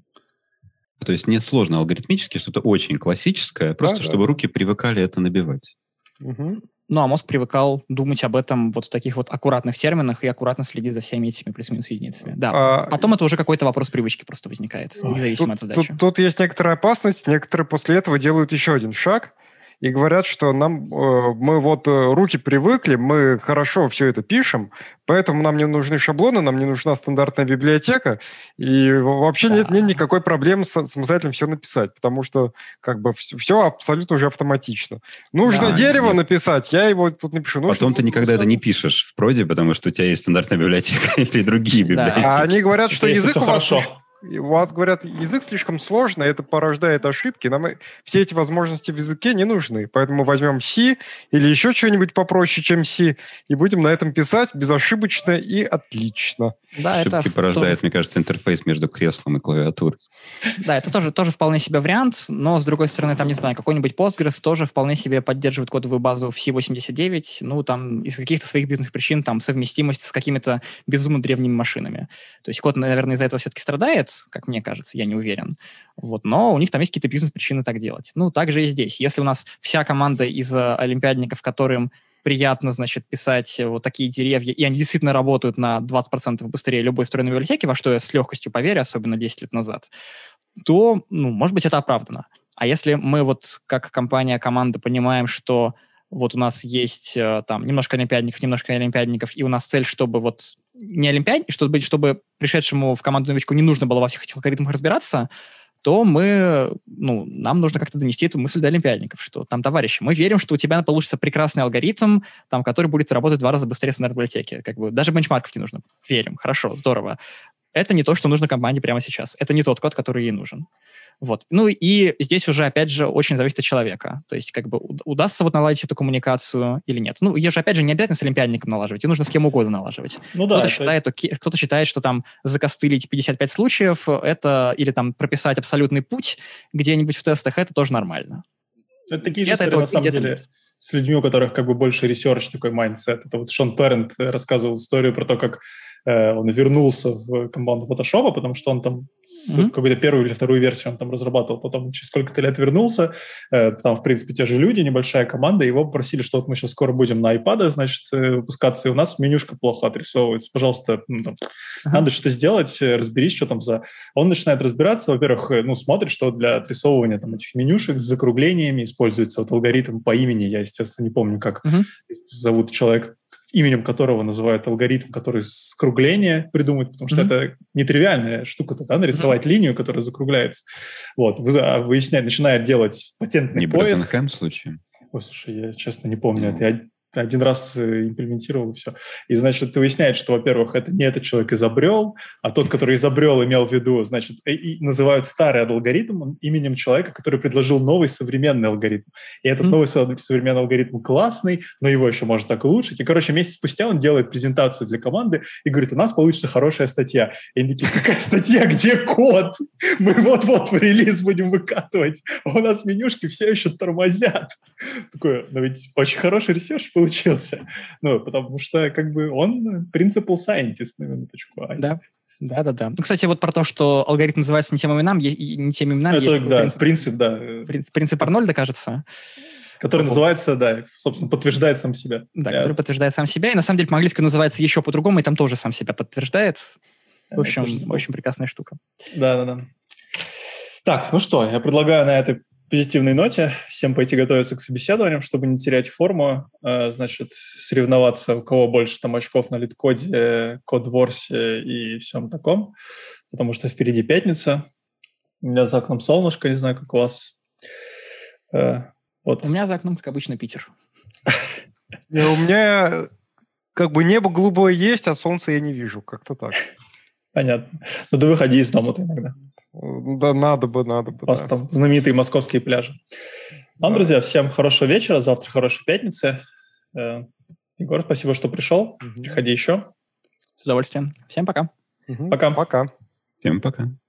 Speaker 4: То есть не сложно алгоритмически, что-то очень классическое, просто чтобы руки привыкали это набивать.
Speaker 3: Угу.
Speaker 2: Ну, а мозг привыкал думать об этом вот в таких вот аккуратных терминах и аккуратно следить за всеми этими плюс-минус единицами. Да, потом это уже какой-то вопрос привычки просто возникает, независимо от задачи.
Speaker 3: Тут есть некоторая опасность. Некоторые после этого делают еще один шаг и говорят, что мы вот руки привыкли, мы хорошо все это пишем, поэтому нам не нужны шаблоны, нам не нужна стандартная библиотека, и вообще нет никакой проблемы самостоятельно все написать, потому что как бы все абсолютно уже автоматично. Нужно дерево написать, я его тут напишу.
Speaker 4: Потом ты никогда это не пишешь в проде, потому что у тебя есть стандартная библиотека или другие библиотеки.
Speaker 3: А они говорят, что язык у вас...
Speaker 1: хорошо.
Speaker 3: У вас, говорят, язык слишком сложный, это порождает ошибки. Нам все эти возможности в языке не нужны. Поэтому мы возьмем C или еще что-нибудь попроще, чем C, и будем на этом писать безошибочно и отлично.
Speaker 2: Да,
Speaker 4: ошибки
Speaker 2: это
Speaker 4: порождает, мне кажется, интерфейс между креслом и клавиатурой.
Speaker 2: Да, это тоже вполне себе вариант, но, с другой стороны, там, не знаю, какой-нибудь Postgres тоже вполне себе поддерживает кодовую базу в C89, ну, там, из каких-то своих бизнес-причин, там, совместимость с какими-то безумно древними машинами. То есть код, наверное, из-за этого все-таки страдает, как мне кажется, я не уверен. Вот, но у них там есть какие-то бизнес-причины так делать. Ну, также и здесь. Если у нас вся команда из олимпиадников, которым приятно, значит, писать вот такие деревья, и они действительно работают на 20% быстрее любой встроенной библиотеки, во что я с легкостью поверю, особенно 10 лет назад, то, ну, может быть, это оправдано. А если мы вот как компания, команда понимаем, что вот у нас есть там немножко олимпиадников, и у нас цель, чтобы вот не олимпиадник, чтобы пришедшему в команду новичку не нужно было во всех этих алгоритмах разбираться, то нам нужно как-то донести эту мысль до олимпиадников, что там, товарищи, мы верим, что у тебя получится прекрасный алгоритм, там, который будет работать в 2 раза быстрее стандартной библиотеки. Как бы даже бенчмарков не нужно. Верим, хорошо, здорово. Это не то, что нужно команде прямо сейчас. Это не тот код, который ей нужен. Вот. Ну и здесь уже, опять же, очень зависит от человека. То есть как бы удастся вот наладить эту коммуникацию или нет. Ну, ее же, опять же, не обязательно с олимпиадником налаживать, ее нужно с кем угодно налаживать.
Speaker 1: Ну, да,
Speaker 2: кто-то считает, что там закостылить 55 случаев, это или там прописать абсолютный путь где-нибудь в тестах, это тоже нормально.
Speaker 1: Это такие же истории, на самом деле, с людьми, у которых как бы больше research, такой mindset. Это вот Шон Перрент рассказывал историю про то, как он вернулся в команду Photoshop, потому что он там с какой-то первую или вторую версию он там разрабатывал, потом через сколько-то лет вернулся, там, в принципе, те же люди, небольшая команда, его попросили, что вот мы сейчас скоро будем на iPad, значит, выпускаться, и у нас менюшка плохо отрисовывается, пожалуйста, надо что-то сделать, разберись, что там за... Он начинает разбираться, во-первых, смотрит, что для отрисовывания там этих менюшек с закруглениями используется вот алгоритм по имени, я, естественно, не помню, как зовут человека, именем которого называют алгоритм, который скругление придумает, потому что это нетривиальная штука, нарисовать линию, которая закругляется. Вот, выясняет, начинает делать патентный поиск.
Speaker 4: Не Брезенхэм случай?
Speaker 1: Ой, слушай, я, честно, не помню. Это я один раз имплементировал, и все. И, значит, выясняет, что, во-первых, это не этот человек изобрел, а тот, который изобрел, имел в виду, значит, и называют старый алгоритм именем человека, который предложил новый современный алгоритм. И этот новый современный алгоритм классный, но его еще можно так улучшить. И, короче, месяц спустя он делает презентацию для команды и говорит, у нас получится хорошая статья. И они такие, какая статья, где код? Мы вот-вот в релиз будем выкатывать, а у нас менюшки все еще тормозят. Такое, но ведь очень хороший ресерч получился. Потому что, как бы, он principal scientist, на минуточку.
Speaker 2: Да. Ну, кстати, вот про то, что алгоритм называется не тем именам, не тем именам.
Speaker 1: Это,
Speaker 2: есть
Speaker 1: принцип, да.
Speaker 2: Принцип Арнольда, кажется.
Speaker 1: Который называется, да, собственно, подтверждает сам себя.
Speaker 2: Да, который подтверждает сам себя. И, на самом деле, по-английски называется еще по-другому, и там тоже сам себя подтверждает. В общем, очень прекрасная штука.
Speaker 1: Да. Так, ну что, я предлагаю на этой позитивной ноте всем пойти готовиться к собеседованиям, чтобы не терять форму, значит, соревноваться, у кого больше там очков на лид-коде, код-ворсе и всем таком, потому что впереди пятница, у меня за окном солнышко, не знаю, как у вас.
Speaker 2: Вот. У меня за окном, как обычно, Питер.
Speaker 3: У меня как бы небо голубое есть, а солнца я не вижу, как-то так.
Speaker 1: Понятно. Ну, да выходи из дома-то иногда.
Speaker 3: Да, надо бы.
Speaker 1: У вас там знаменитые московские пляжи. Ну, друзья, всем хорошего вечера, завтра хорошей пятницы. Егор, спасибо, что пришел. Приходи еще.
Speaker 2: С удовольствием. Всем пока.
Speaker 1: Пока.
Speaker 3: Пока.
Speaker 4: Всем пока.